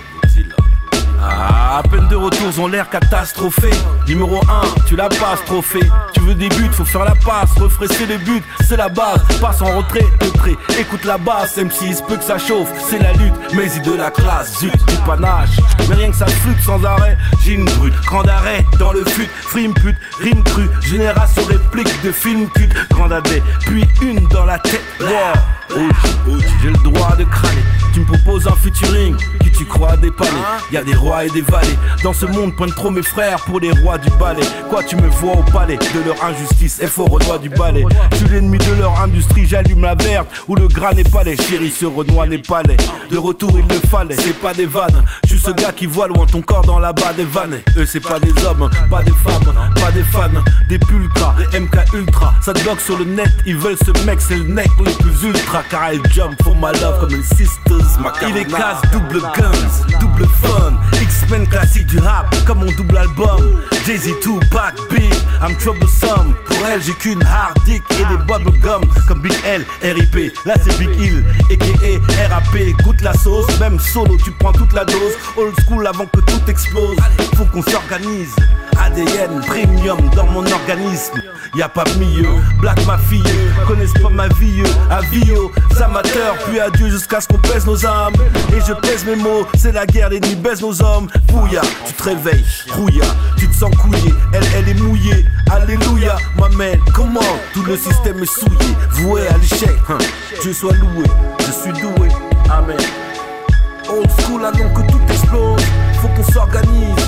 Ah, à peine de retours ont l'air catastrophés. Numéro un, tu la passes, trophée. Tu veux des buts, faut faire la passe. Refresser les buts, c'est la base. Passe en retrait, de près, écoute la basse. M six, peu que ça chauffe, c'est la lutte. Mais il de la classe, zut, du panache. Mais rien que ça flûte sans arrêt. J'ai une brute, grand arrêt dans le fut. Frime pute, rime crue. Génération réplique de film culte. Grand adé, puis une dans la tête. Wow, O G, j'ai le droit de crâner. Tu me proposes un featuring, qui tu crois dépanner. Y'a des rois et des valets. Dans ce monde pointent trop mes frères pour les rois du ballet. Quoi tu me vois au palais de leur injustice, F au roi du ballet. Je suis l'ennemi de leur industrie, j'allume la verte où le gras n'est pas laid. Chérie, ce Renoir n'est pas laid. De retour il le fallait, c'est pas des vannes. Je suis ce gars qui voit loin ton corps dans la bas des vannes. Eux c'est pas des hommes, pas des femmes, pas des fans. Des pulcras, des M K ultra. Ça te bloque sur le net, ils veulent ce mec, c'est le mec le plus ultra. Car elle jump for my love comme une sisters. Il est casse, double guns, double fun. X-Men classique du rap, comme mon double album. Jay-Z, Tupac, Big, I'm troublesome. Pour elle j'ai qu'une hard dick et des bubblegum. Comme Big L, R I P, là c'est Big Hill, a k a. R A P. Goûte la sauce, même solo tu prends toute la dose. Old school avant que tout explose. Faut qu'on s'organise, A D N premium dans mon organisme. Y'a pas mieux, Black ma fille, connaissent pas ma vie, avis aux amateurs, puis adieu jusqu'à ce qu'on pèse nos âmes. Et je pèse mes mots, c'est la guerre, les nuits baissent nos hommes. Bouya, tu te réveilles, rouilla, tu te sens couillé, elle, elle est mouillée. Alléluia, ma mère, comment tout le système est souillé, voué à l'échec, hein. Dieu soit loué, je suis doué, amen. Old school avant que tout explose, faut qu'on s'organise.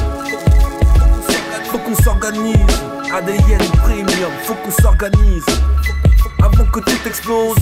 Faut qu'on s'organise, A D N premium, faut qu'on s'organise avant que tout explose.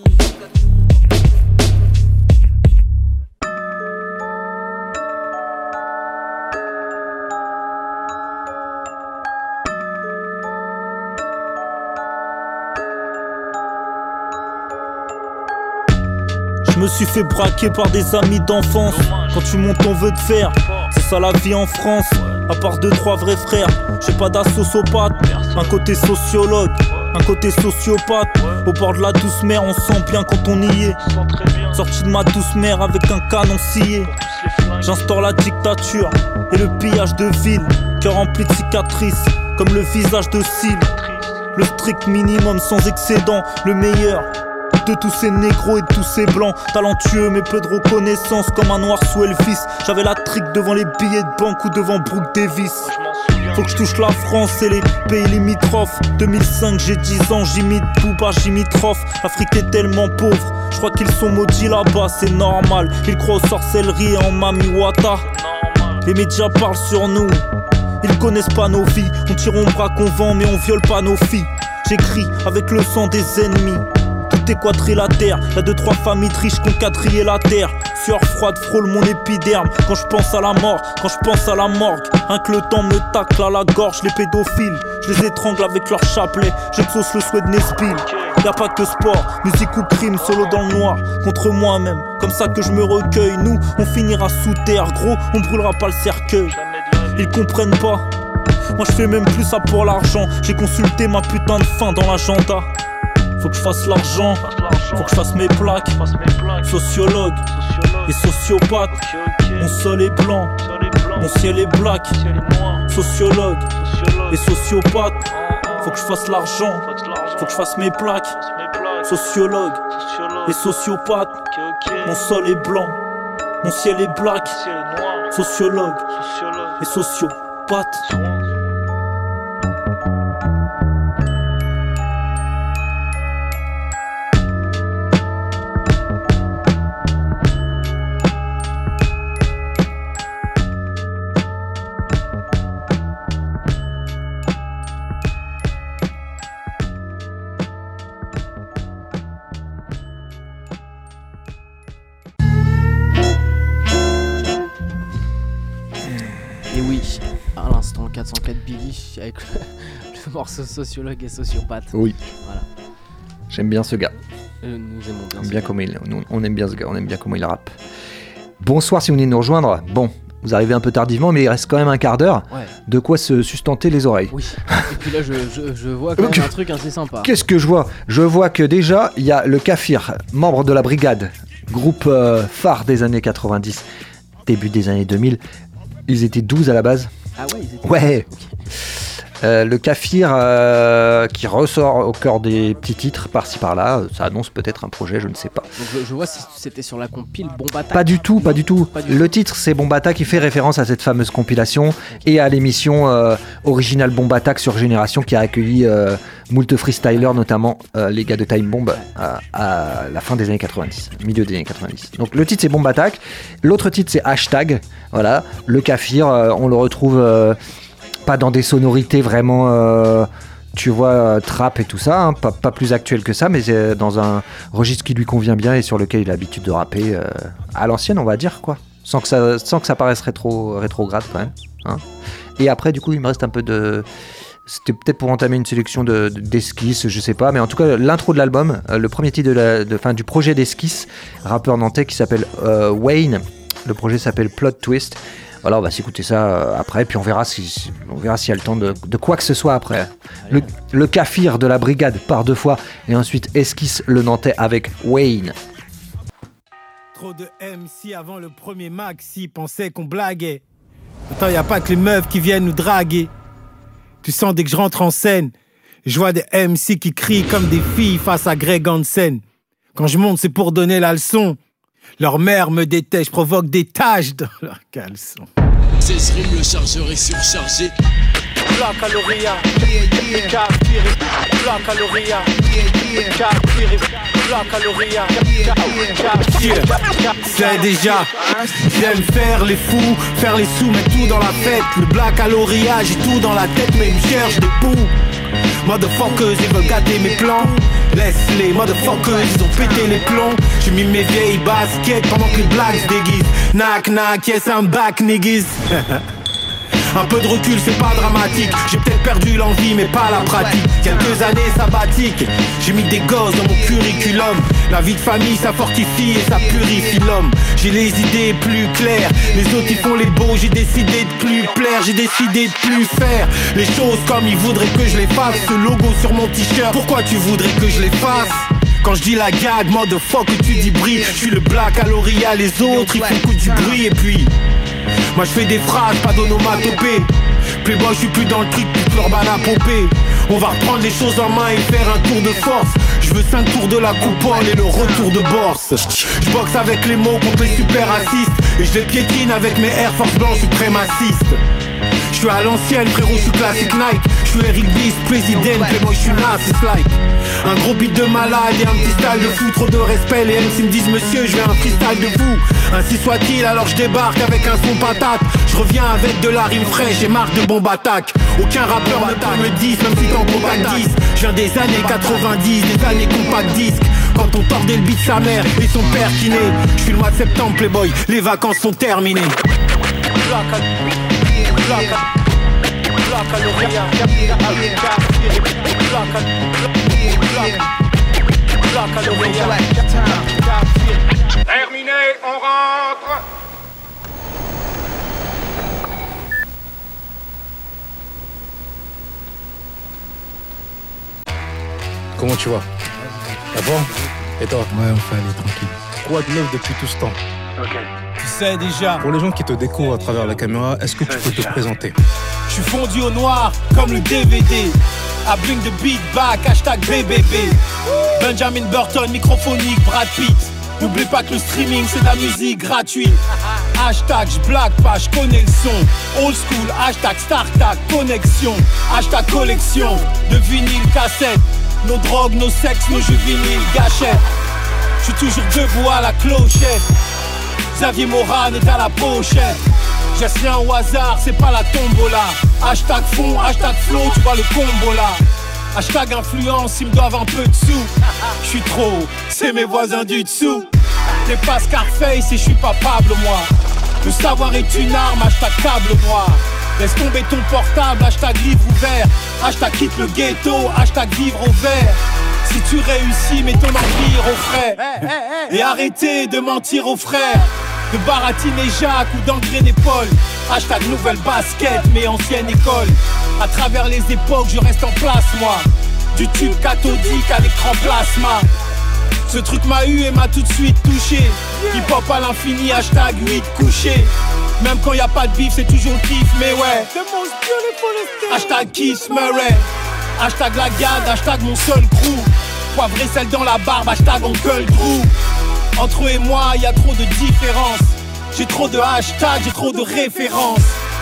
Je me suis fait braquer par des amis d'enfance. Quand tu montes on veut te faire, c'est ça la vie en France. À part deux trois vrais frères, j'ai pas d'associopathe. Un côté sociologue, un côté sociopathe. Au bord de la douce mer, on sent bien quand on y est. Sorti de ma douce mer avec un canon scié. J'instaure la dictature et le pillage de ville. Cœur rempli de cicatrices, comme le visage de cils. Le strict minimum sans excédent, le meilleur de tous ces négros et de tous ces blancs. Talentueux mais peu de reconnaissance, comme un noir sous Elvis. J'avais la trique devant les billets de banque ou devant Brooke Davis. Faut que je touche la France et les pays limitrophes. deux mille cinq j'ai dix ans, j'imite Booba, j'imitrofe. L'Afrique est tellement pauvre, je crois qu'ils sont maudits là-bas, c'est normal. Ils croient aux sorcelleries et en Mami Wata. Les médias parlent sur nous, ils connaissent pas nos vies. On tire, on braque, on vend mais on viole pas nos filles. J'écris avec le sang des ennemis. Tout est quadrilatère, y'a deux trois familles riches qui ont quadrillé la terre. Sueur froide frôle mon épiderme quand je pense à la mort, quand je pense à la morgue. Rien que le temps me tacle à la gorge, les pédophiles, je les étrangle avec leur chapelet. J'exauce le souhait de Nespil. Y'a pas que sport, musique ou crime, solo dans le noir, contre moi-même, comme ça que je me recueille. Nous, on finira sous terre, gros, on brûlera pas le cercueil. Ils comprennent pas, moi je fais même plus ça pour l'argent. J'ai consulté ma putain de fin dans l'agenda. Faut que je fasse l'argent, faut que je fasse mes plaques. Sociologue et sociopathe. Mon sol est blanc, mon ciel est black. Sociologue et sociopathe. Faut que je fasse l'argent, faut que je fasse mes plaques. Sociologue et sociopathe. Mon sol est blanc, mon ciel est black. Sociologue et sociopathe. À l'instant, quatre cent quatre Billy avec le, le morceau sociologue et sociopathe. Oui. Voilà. J'aime bien ce gars. Euh, nous aimons bien, bien comment il, nous, on aime bien ce gars, on aime bien comment il rappe. Bonsoir si vous venez de nous rejoindre. Bon, vous arrivez un peu tardivement, mais il reste quand même un quart d'heure. Ouais. De quoi se sustenter les oreilles. Oui. Et puis là, je, je, je vois quand même un truc assez sympa. Qu'est-ce que je vois ? Je vois que déjà, il y a le Kafir, membre de la Brigade, groupe euh, phare des années quatre-vingt-dix, début des années deux mille. Ils étaient douze à la base. Ah ouais, ils étaient Ouais. Euh, le Kafir euh, qui ressort au cœur des petits titres par-ci par-là, ça annonce peut-être un projet, je ne sais pas. Donc je, je vois si c'était sur la compile Bomb Attack. Pas du tout, pas du tout. Pas du le titre c'est Bomb Attack qui fait référence à cette fameuse compilation et à l'émission euh, originale Bomb Attack sur Génération qui a accueilli euh, moult freestylers, notamment euh, les gars de Time Bomb à, à la fin des années quatre-vingt-dix, milieu des années quatre-vingt-dix. Donc le titre c'est Bomb Attack, l'autre titre c'est Hashtag, voilà, le Kafir, euh, on le retrouve... Euh, pas dans des sonorités vraiment, euh, tu vois, euh, trap et tout ça, hein, pas, pas plus actuel que ça, mais euh, dans un registre qui lui convient bien et sur lequel il a l'habitude de rapper euh, à l'ancienne, on va dire, quoi. Sans que ça, sans que ça paraisse rétro, rétrograde quand même. Hein. Et après, du coup, il me reste un peu de... C'était peut-être pour entamer une sélection de, de, d'esquisses, je sais pas, mais en tout cas, l'intro de l'album, euh, le premier titre de la, de, fin, du projet d'esquisse, rappeur nantais qui s'appelle euh, Wayne, le projet s'appelle Plot Twist. Voilà, on va s'écouter ça euh, après, puis on verra si, on verra s'il y a le temps de, de quoi que ce soit après. Le, le Kafir de la Brigade par deux fois, et ensuite Esquisse le Nantais avec Wayne. Trop de M C avant le premier maxi, pensaient qu'on blaguait. Pourtant, y a pas que les meufs qui viennent nous draguer. Tu sens dès que je rentre en scène, je vois des M C qui crient comme des filles face à Greg Hansen. Quand je monte, c'est pour donner la leçon. Leur mère me déteste, je provoque des taches dans leurs caleçons. seize rimes, le chargeur est surchargé. Black Caloria, yeah, yeah. Kafir, Black Caloria, yeah, yeah. Kafir, Black Caloria, yeah, yeah. C'est déjà, j'aime faire les fous, faire les sous, mettre tout dans la fête. Le Black Caloria, j'ai tout dans la tête, mais ils me cherchent des poux. Motherfuckers, ils veulent gâter mes plans. Laisse-les, motherfuckers, ils ont pété les plombs. J'ai mis mes vieilles baskets pendant que les blacks se déguisent. Knock knock, yes I'm back niggas. Un peu de recul, c'est pas dramatique. J'ai peut-être perdu l'envie, mais pas la pratique. Quelques années sabbatiques, j'ai mis des gosses dans mon curriculum. La vie de famille, ça fortifie et ça purifie l'homme. J'ai les idées plus claires. Les autres, ils font les beaux. J'ai décidé de plus plaire. J'ai décidé de plus faire les choses comme ils voudraient que je les fasse. Ce logo sur mon t-shirt, pourquoi tu voudrais que je les fasse? Quand je dis la gag, motherfucker, tu dis brille. Je suis le Black Caloria, les autres, ils font que du bruit. Et puis... moi je fais des phrases, pas d'onomatopée. Playboy, je suis plus dans le truc, toute l'urban à popper. On va reprendre les choses en main et faire un tour de force. Je veux cinq tours de la coupole et le retour de Borse. Je boxe avec les mots contre les super racistes. Et je les piétine avec mes Air Force blancs suprémacistes. Je suis à l'ancienne, frérot, je suis classique Nike. Je suis Eric Bis, président, Playboy, je suis raciste like. Un gros beat de malade et un petit style de fou. Trop de respect, les M C me disent monsieur, je veux un freestyle de vous. Ainsi soit-il, alors je débarque avec un son patate. Je reviens avec de la rime fraîche et marque de bombe attaque. Aucun rappeur ne peut me dire, même si t'en combat dix. Je viens des années quatre-vingt-dix, des années compact disque. Quand on tordait le beat sa mère et son père qui naît. Je suis le mois de septembre, Playboy, les vacances sont terminées. Terminé, on rentre. Comment tu vas? Ah bon? Et toi? Ouais, on fait aller tranquille. Quoi de neuf depuis tout ce temps? Ok. Tu sais déjà. Pour les gens qui te découvrent à travers la caméra, est-ce que tu peux te présenter? Je suis fondu au noir comme le D V D. I bring the beat back, hashtag B B B. Benjamin Burton, microphonique, Brad Pitt. N'oublie pas que le streaming c'est de la musique gratuite. Hashtag j'blague pas, j'connais le son. Old school, hashtag StarTac, connexion. Hashtag collection de vinyle, cassette. Nos drogues, nos sexes, nos jeux vinyles, gâchettes. J'suis toujours debout à la clochette. Xavier Moran est à la pochette. J'ai rien au hasard, c'est pas la tombola. Hashtag fond, hashtag flow, tu vois le combo là. Hashtag influence, ils me doivent un peu de sous. J'suis trop, c'est mes voisins du dessous. T'es pas Scarface et j'suis pas Pablo moi. Le savoir est une arme, hashtag table moi. Laisse tomber ton portable, hashtag livre ouvert. Hashtag quitte le ghetto, hashtag vivre au vert. Si tu réussis, mets ton empire au frais. Et arrêtez de mentir aux frères, de baratiner Jacques ou d'engrainer Paul. Hashtag nouvelle basket, mais ancienne école. À travers les époques, je reste en place, moi. Du tube cathodique à l'écran plasma. Ce truc m'a eu et m'a tout de suite touché. Hip hop à l'infini, hashtag huit couché. Même quand y a pas de bif, c'est toujours kiff, mais ouais. Hashtag Keith Murray. Hashtag la garde, hashtag mon seul crew. Poivre et sel dans la barbe, hashtag Uncle Drew. Entre eux et moi, y a trop de différences. J'ai trop de hashtags, j'ai trop de références.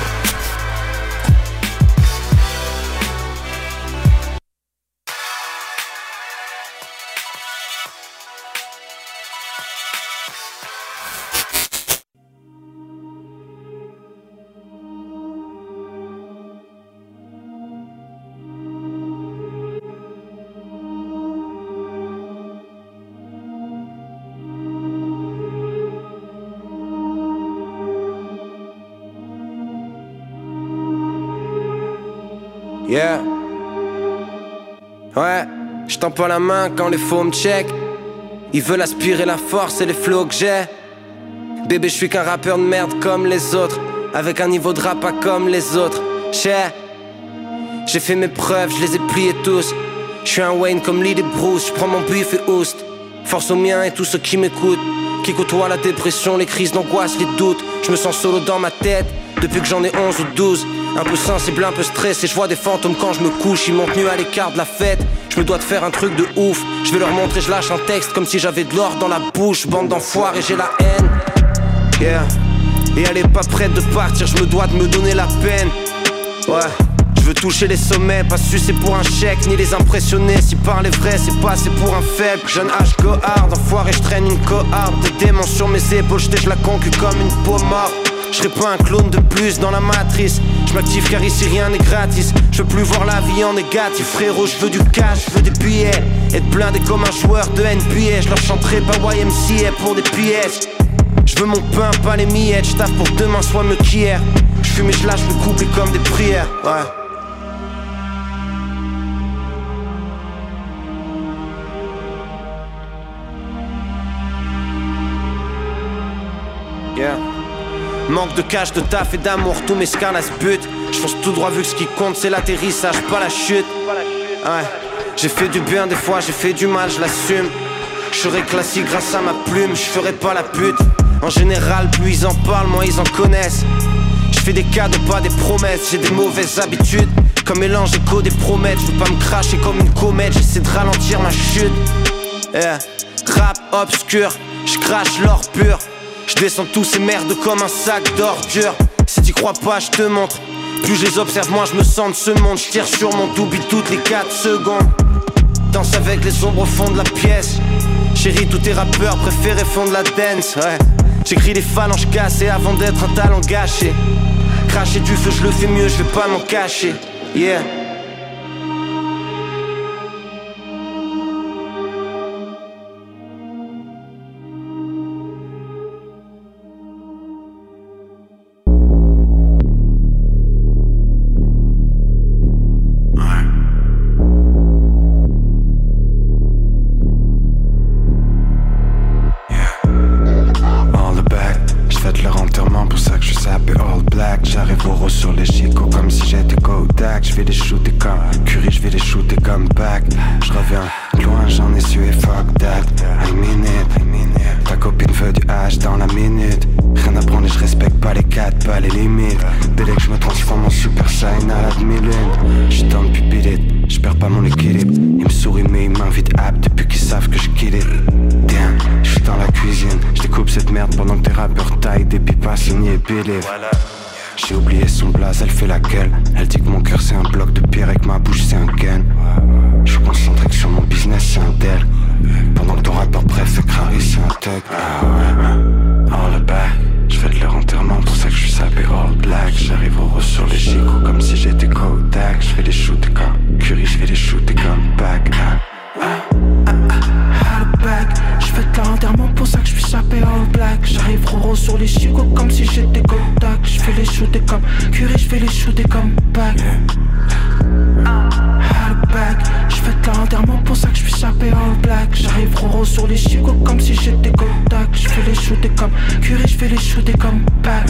Yeah. Ouais, je tends pas la main quand les faux me check. Ils veulent aspirer la force et les flots que j'ai. Bébé, je suis qu'un rappeur de merde comme les autres, avec un niveau de rap pas comme les autres. J'ai J'ai fait mes preuves, je les ai pliés tous. Je suis un Wayne comme Lee et Bruce. Je prends mon bif et oust. Force aux miens et tous ceux qui m'écoutent, qui côtoient la dépression, les crises d'angoisse, les doutes. Je me sens solo dans ma tête depuis que j'en ai onze ou douze. Un peu sensible, un peu stressé, je vois des fantômes quand je me couche. Ils m'ont tenu à l'écart de la fête. Je me dois de faire un truc de ouf. Je vais leur montrer, je lâche un texte comme si j'avais de l'or dans la bouche. Bande d'enfoirés, j'ai la haine. Yeah. Et elle est pas prête de partir, je me dois de me donner la peine. Ouais. Je veux toucher les sommets, pas sucer pour un chèque, ni les impressionner. Si parler vrai, c'est pas c'est pour un faible. Jeune H go hard, enfoiré, je traîne une cohorte. Des démons sur mes épaules, je la concu comme une peau morte. Je serai pas un clone de plus dans la matrice. Je m'active car ici rien n'est gratis. Je veux plus voir la vie en négatif, frérot. Je veux du cash, je veux des billets. Être blindé comme un joueur de N B A. Je leur chanterai pas Y M C A pour des pièces. Je veux mon pain, pas les miettes. Je taffe pour que demain soit mieux qu'hier. Je fume et je lâche le couplet comme des prières. Ouais. Yeah. Manque de cash, de taf et d'amour, tous mes scarlas butent. Je fonce tout droit vu que ce qui compte c'est l'atterrissage, pas la chute. Ouais. J'ai fait du bien des fois, j'ai fait du mal, je l'assume. Je serai classique grâce à ma plume, je ferai pas la pute. En général, plus ils en parlent, moins ils en connaissent. Je fais des cadeaux, pas des promesses, j'ai des mauvaises habitudes. Comme mélange écho des promesses, je veux pas me cracher comme une comète, j'essaie de ralentir ma chute. Yeah. Rap obscur, je crache l'or pur. Je descends tous ces merdes comme un sac d'ordures. Si t'y crois pas, je te montre. Plus je les observe, moins je me sens de ce monde. Je tire sur mon double toutes les quatre secondes. Danse avec les ombres au fond de la pièce. Chérie, tous tes rappeurs préférés font de la dance. Ouais. J'écris les phalanges cassées avant d'être un talent gâché. Cracher du feu, je le fais mieux, je vais pas m'en cacher. Yeah. J'ai oublié son blaze, elle fait laquelle? Elle dit que mon cœur c'est un bloc de pierre et que ma bouche c'est un ken. Je suis concentré que sur mon business, c'est un del. Pendant que ton rappeur préf fait crari, c'est un tech. Ah ouais, all back. Je fais de leur enterrement, pour ça que je suis sapé all black. J'arrive au rose sur les chicots comme si j'étais Kodak. Je fais les shooter comme Curry, je fais les shooter comme back. Ah, ah, ah, ah, all back. Je fais de leur enterrement, pour ça que je suis sapé all black. J'arrive au rose sur les chicots comme si j'étais Kodak. Je fais les les shooter comme Curry, je vais les shooter comme back. Ah le back, je fais de l'enterrement pour ça que je suis sapé en black. J'arrive roro sur les chicots comme si j'étais Kodak. Je fais les shooter comme Curry, je vais les shooter comme back.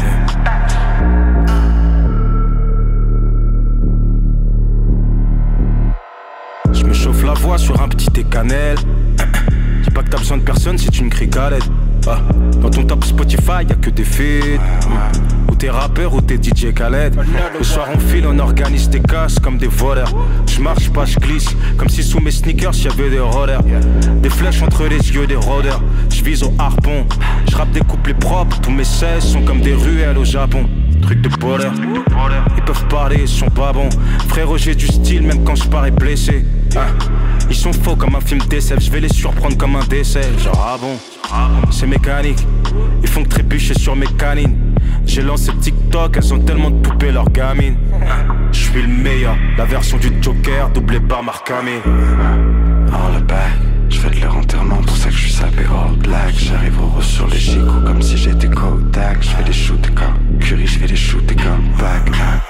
Je me chauffe la voix sur un petit thé cannelle. Dis pas que t'as besoin de personne si tu ne cries qu'à l'aide. Ah, dans ton top Spotify y'a que des feats. Ou t'es rappeur ou t'es D J Khaled. Le soir on file, on organise des casses comme des voleurs. Je marche pas, je glisse, comme si sous mes sneakers y'avait des rollers. Des flèches entre les yeux des rôdeurs. Je vise au harpon, je rappe des couplets propres. Tous mes seize sont comme des ruelles au Japon. Truc de bonheur, ils peuvent parler, ils sont pas bons. Frérot j'ai du style même quand je parais blessé. Ah, ils sont faux comme un film d'S F, je vais les surprendre comme un décès. Genre ah bon, c'est mécanique, ils font que trébucher sur mes canines. J'ai lancé TikTok, elles ont tellement de poupées leurs gamines. Je suis le meilleur, la version du Joker doublée par Mark Hamill. Oh le back, je fais de leur enterrement, pour ça que je suis sapé all black. J'arrive au rose sur les chicots comme si j'étais Kodak. Je fais les shooter comme Curry, je fais les shooter comme back.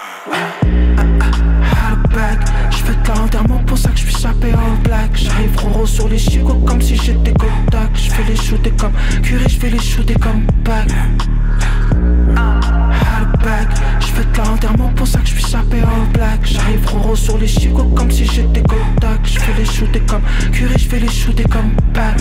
Ah le back, je fais de l'enterrement pour ça que je suis sapé en black. J'arrive roro sur les chicots comme si j'étais Kodak. Je fais les shooter comme Curry, je fais les shooter comme back. Ah le back, je fais de l'enterrement pour ça que je suis sapé en black. J'arrive roro sur les chicots comme si j'étais Kodak. Je fais les shooter comme Curry, je fais les shooter comme back.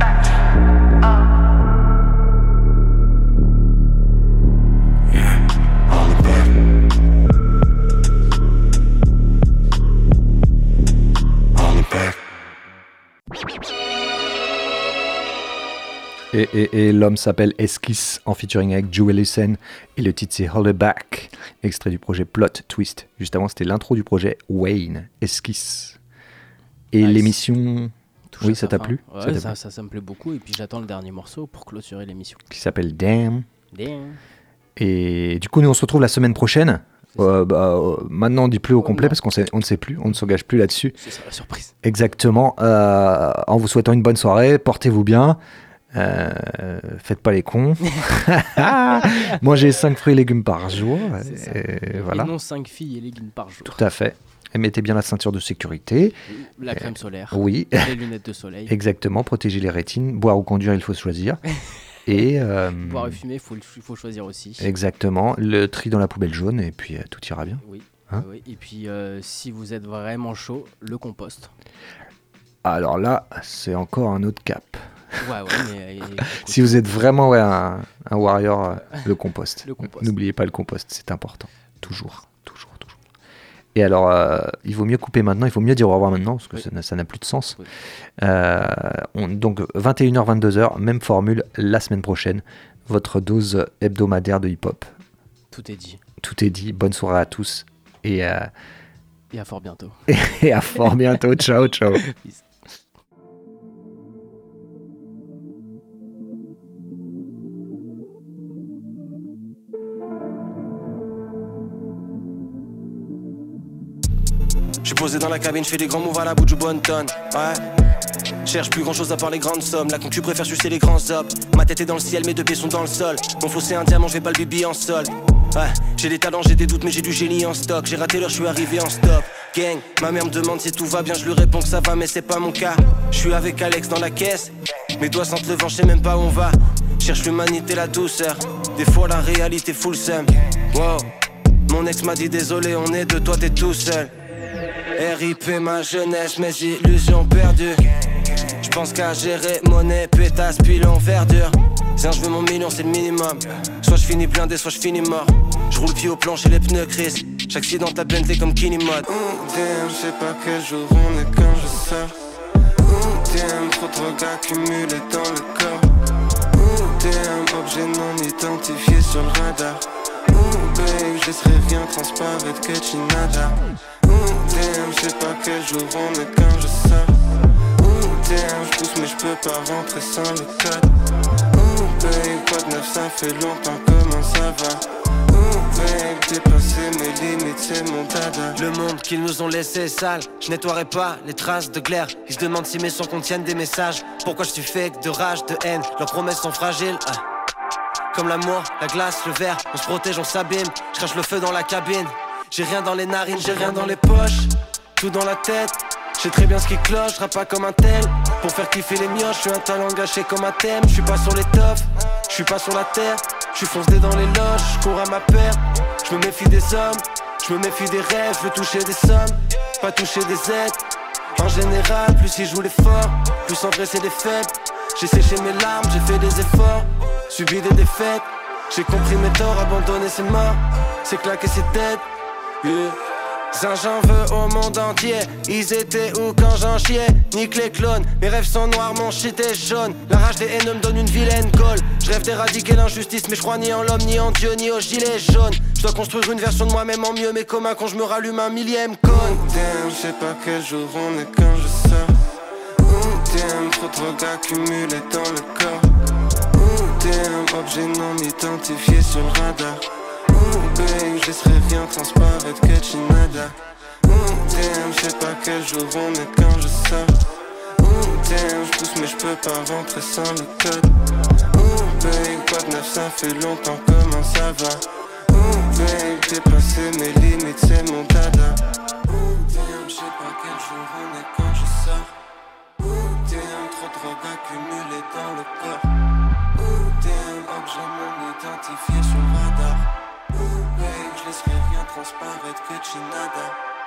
Et, et, et l'homme s'appelle Esquisse en featuring avec Joe Ellison et le titre c'est Hold It Back, extrait du projet Plot Twist. Juste avant c'était l'intro du projet Wayne, Esquisse. Et nice. L'émission, touche oui ça t'a fin. Plu ouais, ça, t'a ça, plu ça, ça me plaît beaucoup et puis j'attends le dernier morceau pour clôturer l'émission. Qui s'appelle Damn. Damn. Et du coup nous on se retrouve la semaine prochaine. Euh, bah, euh, maintenant on dit plus au complet parce qu'on sait, on ne sait plus, on ne s'engage plus là-dessus. C'est ça la surprise. Exactement. Euh, en vous souhaitant une bonne soirée, portez-vous bien. Euh, faites pas les cons. Mangez cinq fruits et légumes par jour. Et, et, voilà. et non cinq filles et légumes par jour. Tout à fait. Et mettez bien la ceinture de sécurité. La crème solaire. Oui. Les lunettes de soleil. Exactement. Protéger les rétines. Boire ou conduire, il faut choisir. Et euh, boire et fumer, il faut, faut choisir aussi. Exactement. Le tri dans la poubelle jaune et puis euh, tout ira bien. Oui. Hein oui. Et puis euh, si vous êtes vraiment chaud, le compost. Alors là, c'est encore un autre cap. Ouais, ouais, mais, et, si vous êtes vraiment ouais, un, un warrior, euh, le compost. Le compost. N'oubliez pas le compost, c'est important. Toujours, toujours, toujours. Et alors, euh, il vaut mieux couper maintenant, il faut mieux dire au revoir maintenant, parce que oui. ça, n'a, ça n'a plus de sens. Oui. Euh, on, donc, vingt et une heures, vingt-deux heures, même formule la semaine prochaine. Votre dose hebdomadaire de hip-hop. Tout est dit. Tout est dit. Bonne soirée à tous. Et, euh, et à fort bientôt. Et à fort bientôt. Ciao, ciao. Peace. J'suis posé dans la cabine, j'fais des grands moves à la bout du bon tonne. Ouais. Cherche plus grand chose à part les grandes sommes. La concu préfère sucer les grands hommes. Ma tête est dans le ciel, mes deux pieds sont dans le sol. Mon flow c'est un diamant, j'vais pas le bibi en sol. Ouais. J'ai des talents, j'ai des doutes, mais j'ai du génie en stock. J'ai raté l'heure, j'suis arrivé en stop. Gang, ma mère me demande si tout va bien, je lui réponds que ça va, mais c'est pas mon cas. J'suis avec Alex dans la caisse. Mes doigts sentent le vent, j'sais même pas où on va. Cherche l'humanité, la douceur. Des fois la réalité full seum. Wow. Mon ex m'a dit désolé, on est deux, toi t'es tout seul. R I P ma jeunesse, mes illusions perdues. J'pense qu'à gérer monnaie, pétasse, pilon, verdure. Tiens, j'veux mon million, c'est le minimum. Soit j'finis blindé, soit j'finis mort. J'roule pied au plancher, les pneus crissent. J'accidente la Bentley comme Kenny Mod. Ooh, damn, j'sais pas quel jour on est quand je sors. Ooh, damn, trop de drogue accumulée dans le corps. Ooh, damn, objet non identifié sur le radar. Ooh, babe, je laisserai rien transparaître que tu nada. Ooh, damn, j'sais pas quel jour on est quand je sors. Ooh, damn, j'pousse mais j'peux pas rentrer sans le code. Ooh, babe, quoi de neuf, ça fait longtemps, comment ça va? Ooh, babe, dépasser mes limites, c'est mon dada. Le monde qu'ils nous ont laissé sale, je nettoierai pas les traces de glaire. Ils se demandent si mes sons contiennent des messages. Pourquoi je suis fake de rage, de haine, leurs promesses sont fragiles. Ah. comme l'amour, la glace, le verre. On se protège, on s'abîme. Je crache le feu dans la cabine. J'ai rien dans les narines, j'ai rien dans les poches. Tout dans la tête. Je sais très bien ce qui cloche, je rappe pas comme un tel. Pour faire kiffer les mioches, je suis un talent gâché comme un thème. Je suis pas sur les toffs, je suis pas sur la terre. Je suis foncé dans les loges, je cours à ma perte. Je me méfie des hommes, je me méfie des rêves. Je veux toucher des sommes, pas toucher des aides. En général, plus ils jouent les forts, plus en vrai c'est des faibles. J'ai séché mes larmes, j'ai fait des efforts, subi des défaites. J'ai compris mes torts, abandonner c'est mort, c'est claquer c'est dead. Yeah. J'en veux au monde entier. Ils étaient où quand j'en chiais? Nique les clones, mes rêves sont noirs, mon shit est jaune. La rage des haineux me donne une vilaine colle. Je rêve d'éradiquer l'injustice, mais je crois ni en l'homme, ni en Dieu, ni au gilet jaune. Je dois construire une version de moi-même en mieux, mais comme un con je me rallume un millième cône. Ooh, damn, je sais pas quel jour on est quand je sors. Ooh, damn, trop de drogue accumulée dans le corps. Ooh, damn, objet non identifié sur le radar. Ooh, babe, je laisserai rien transparaître que Chinada. Ooh, damn, je sais pas quel jour on est quand je sors. Ooh, damn, je pousse mais je peux pas rentrer sans le code. Ooh, babe, quoi de neuf, ça fait longtemps, comment ça va? Ooh, babe, dépasser mes limites, c'est mon dada. Ooh, damn, je sais pas quel jour on est quand je sors. Ooh, damn, trop de drogue accumulée dans le corps. Ooh, damn, objet non identifié sur le radar. Ooh, babe, je laisserai rien transparaître que Chinada.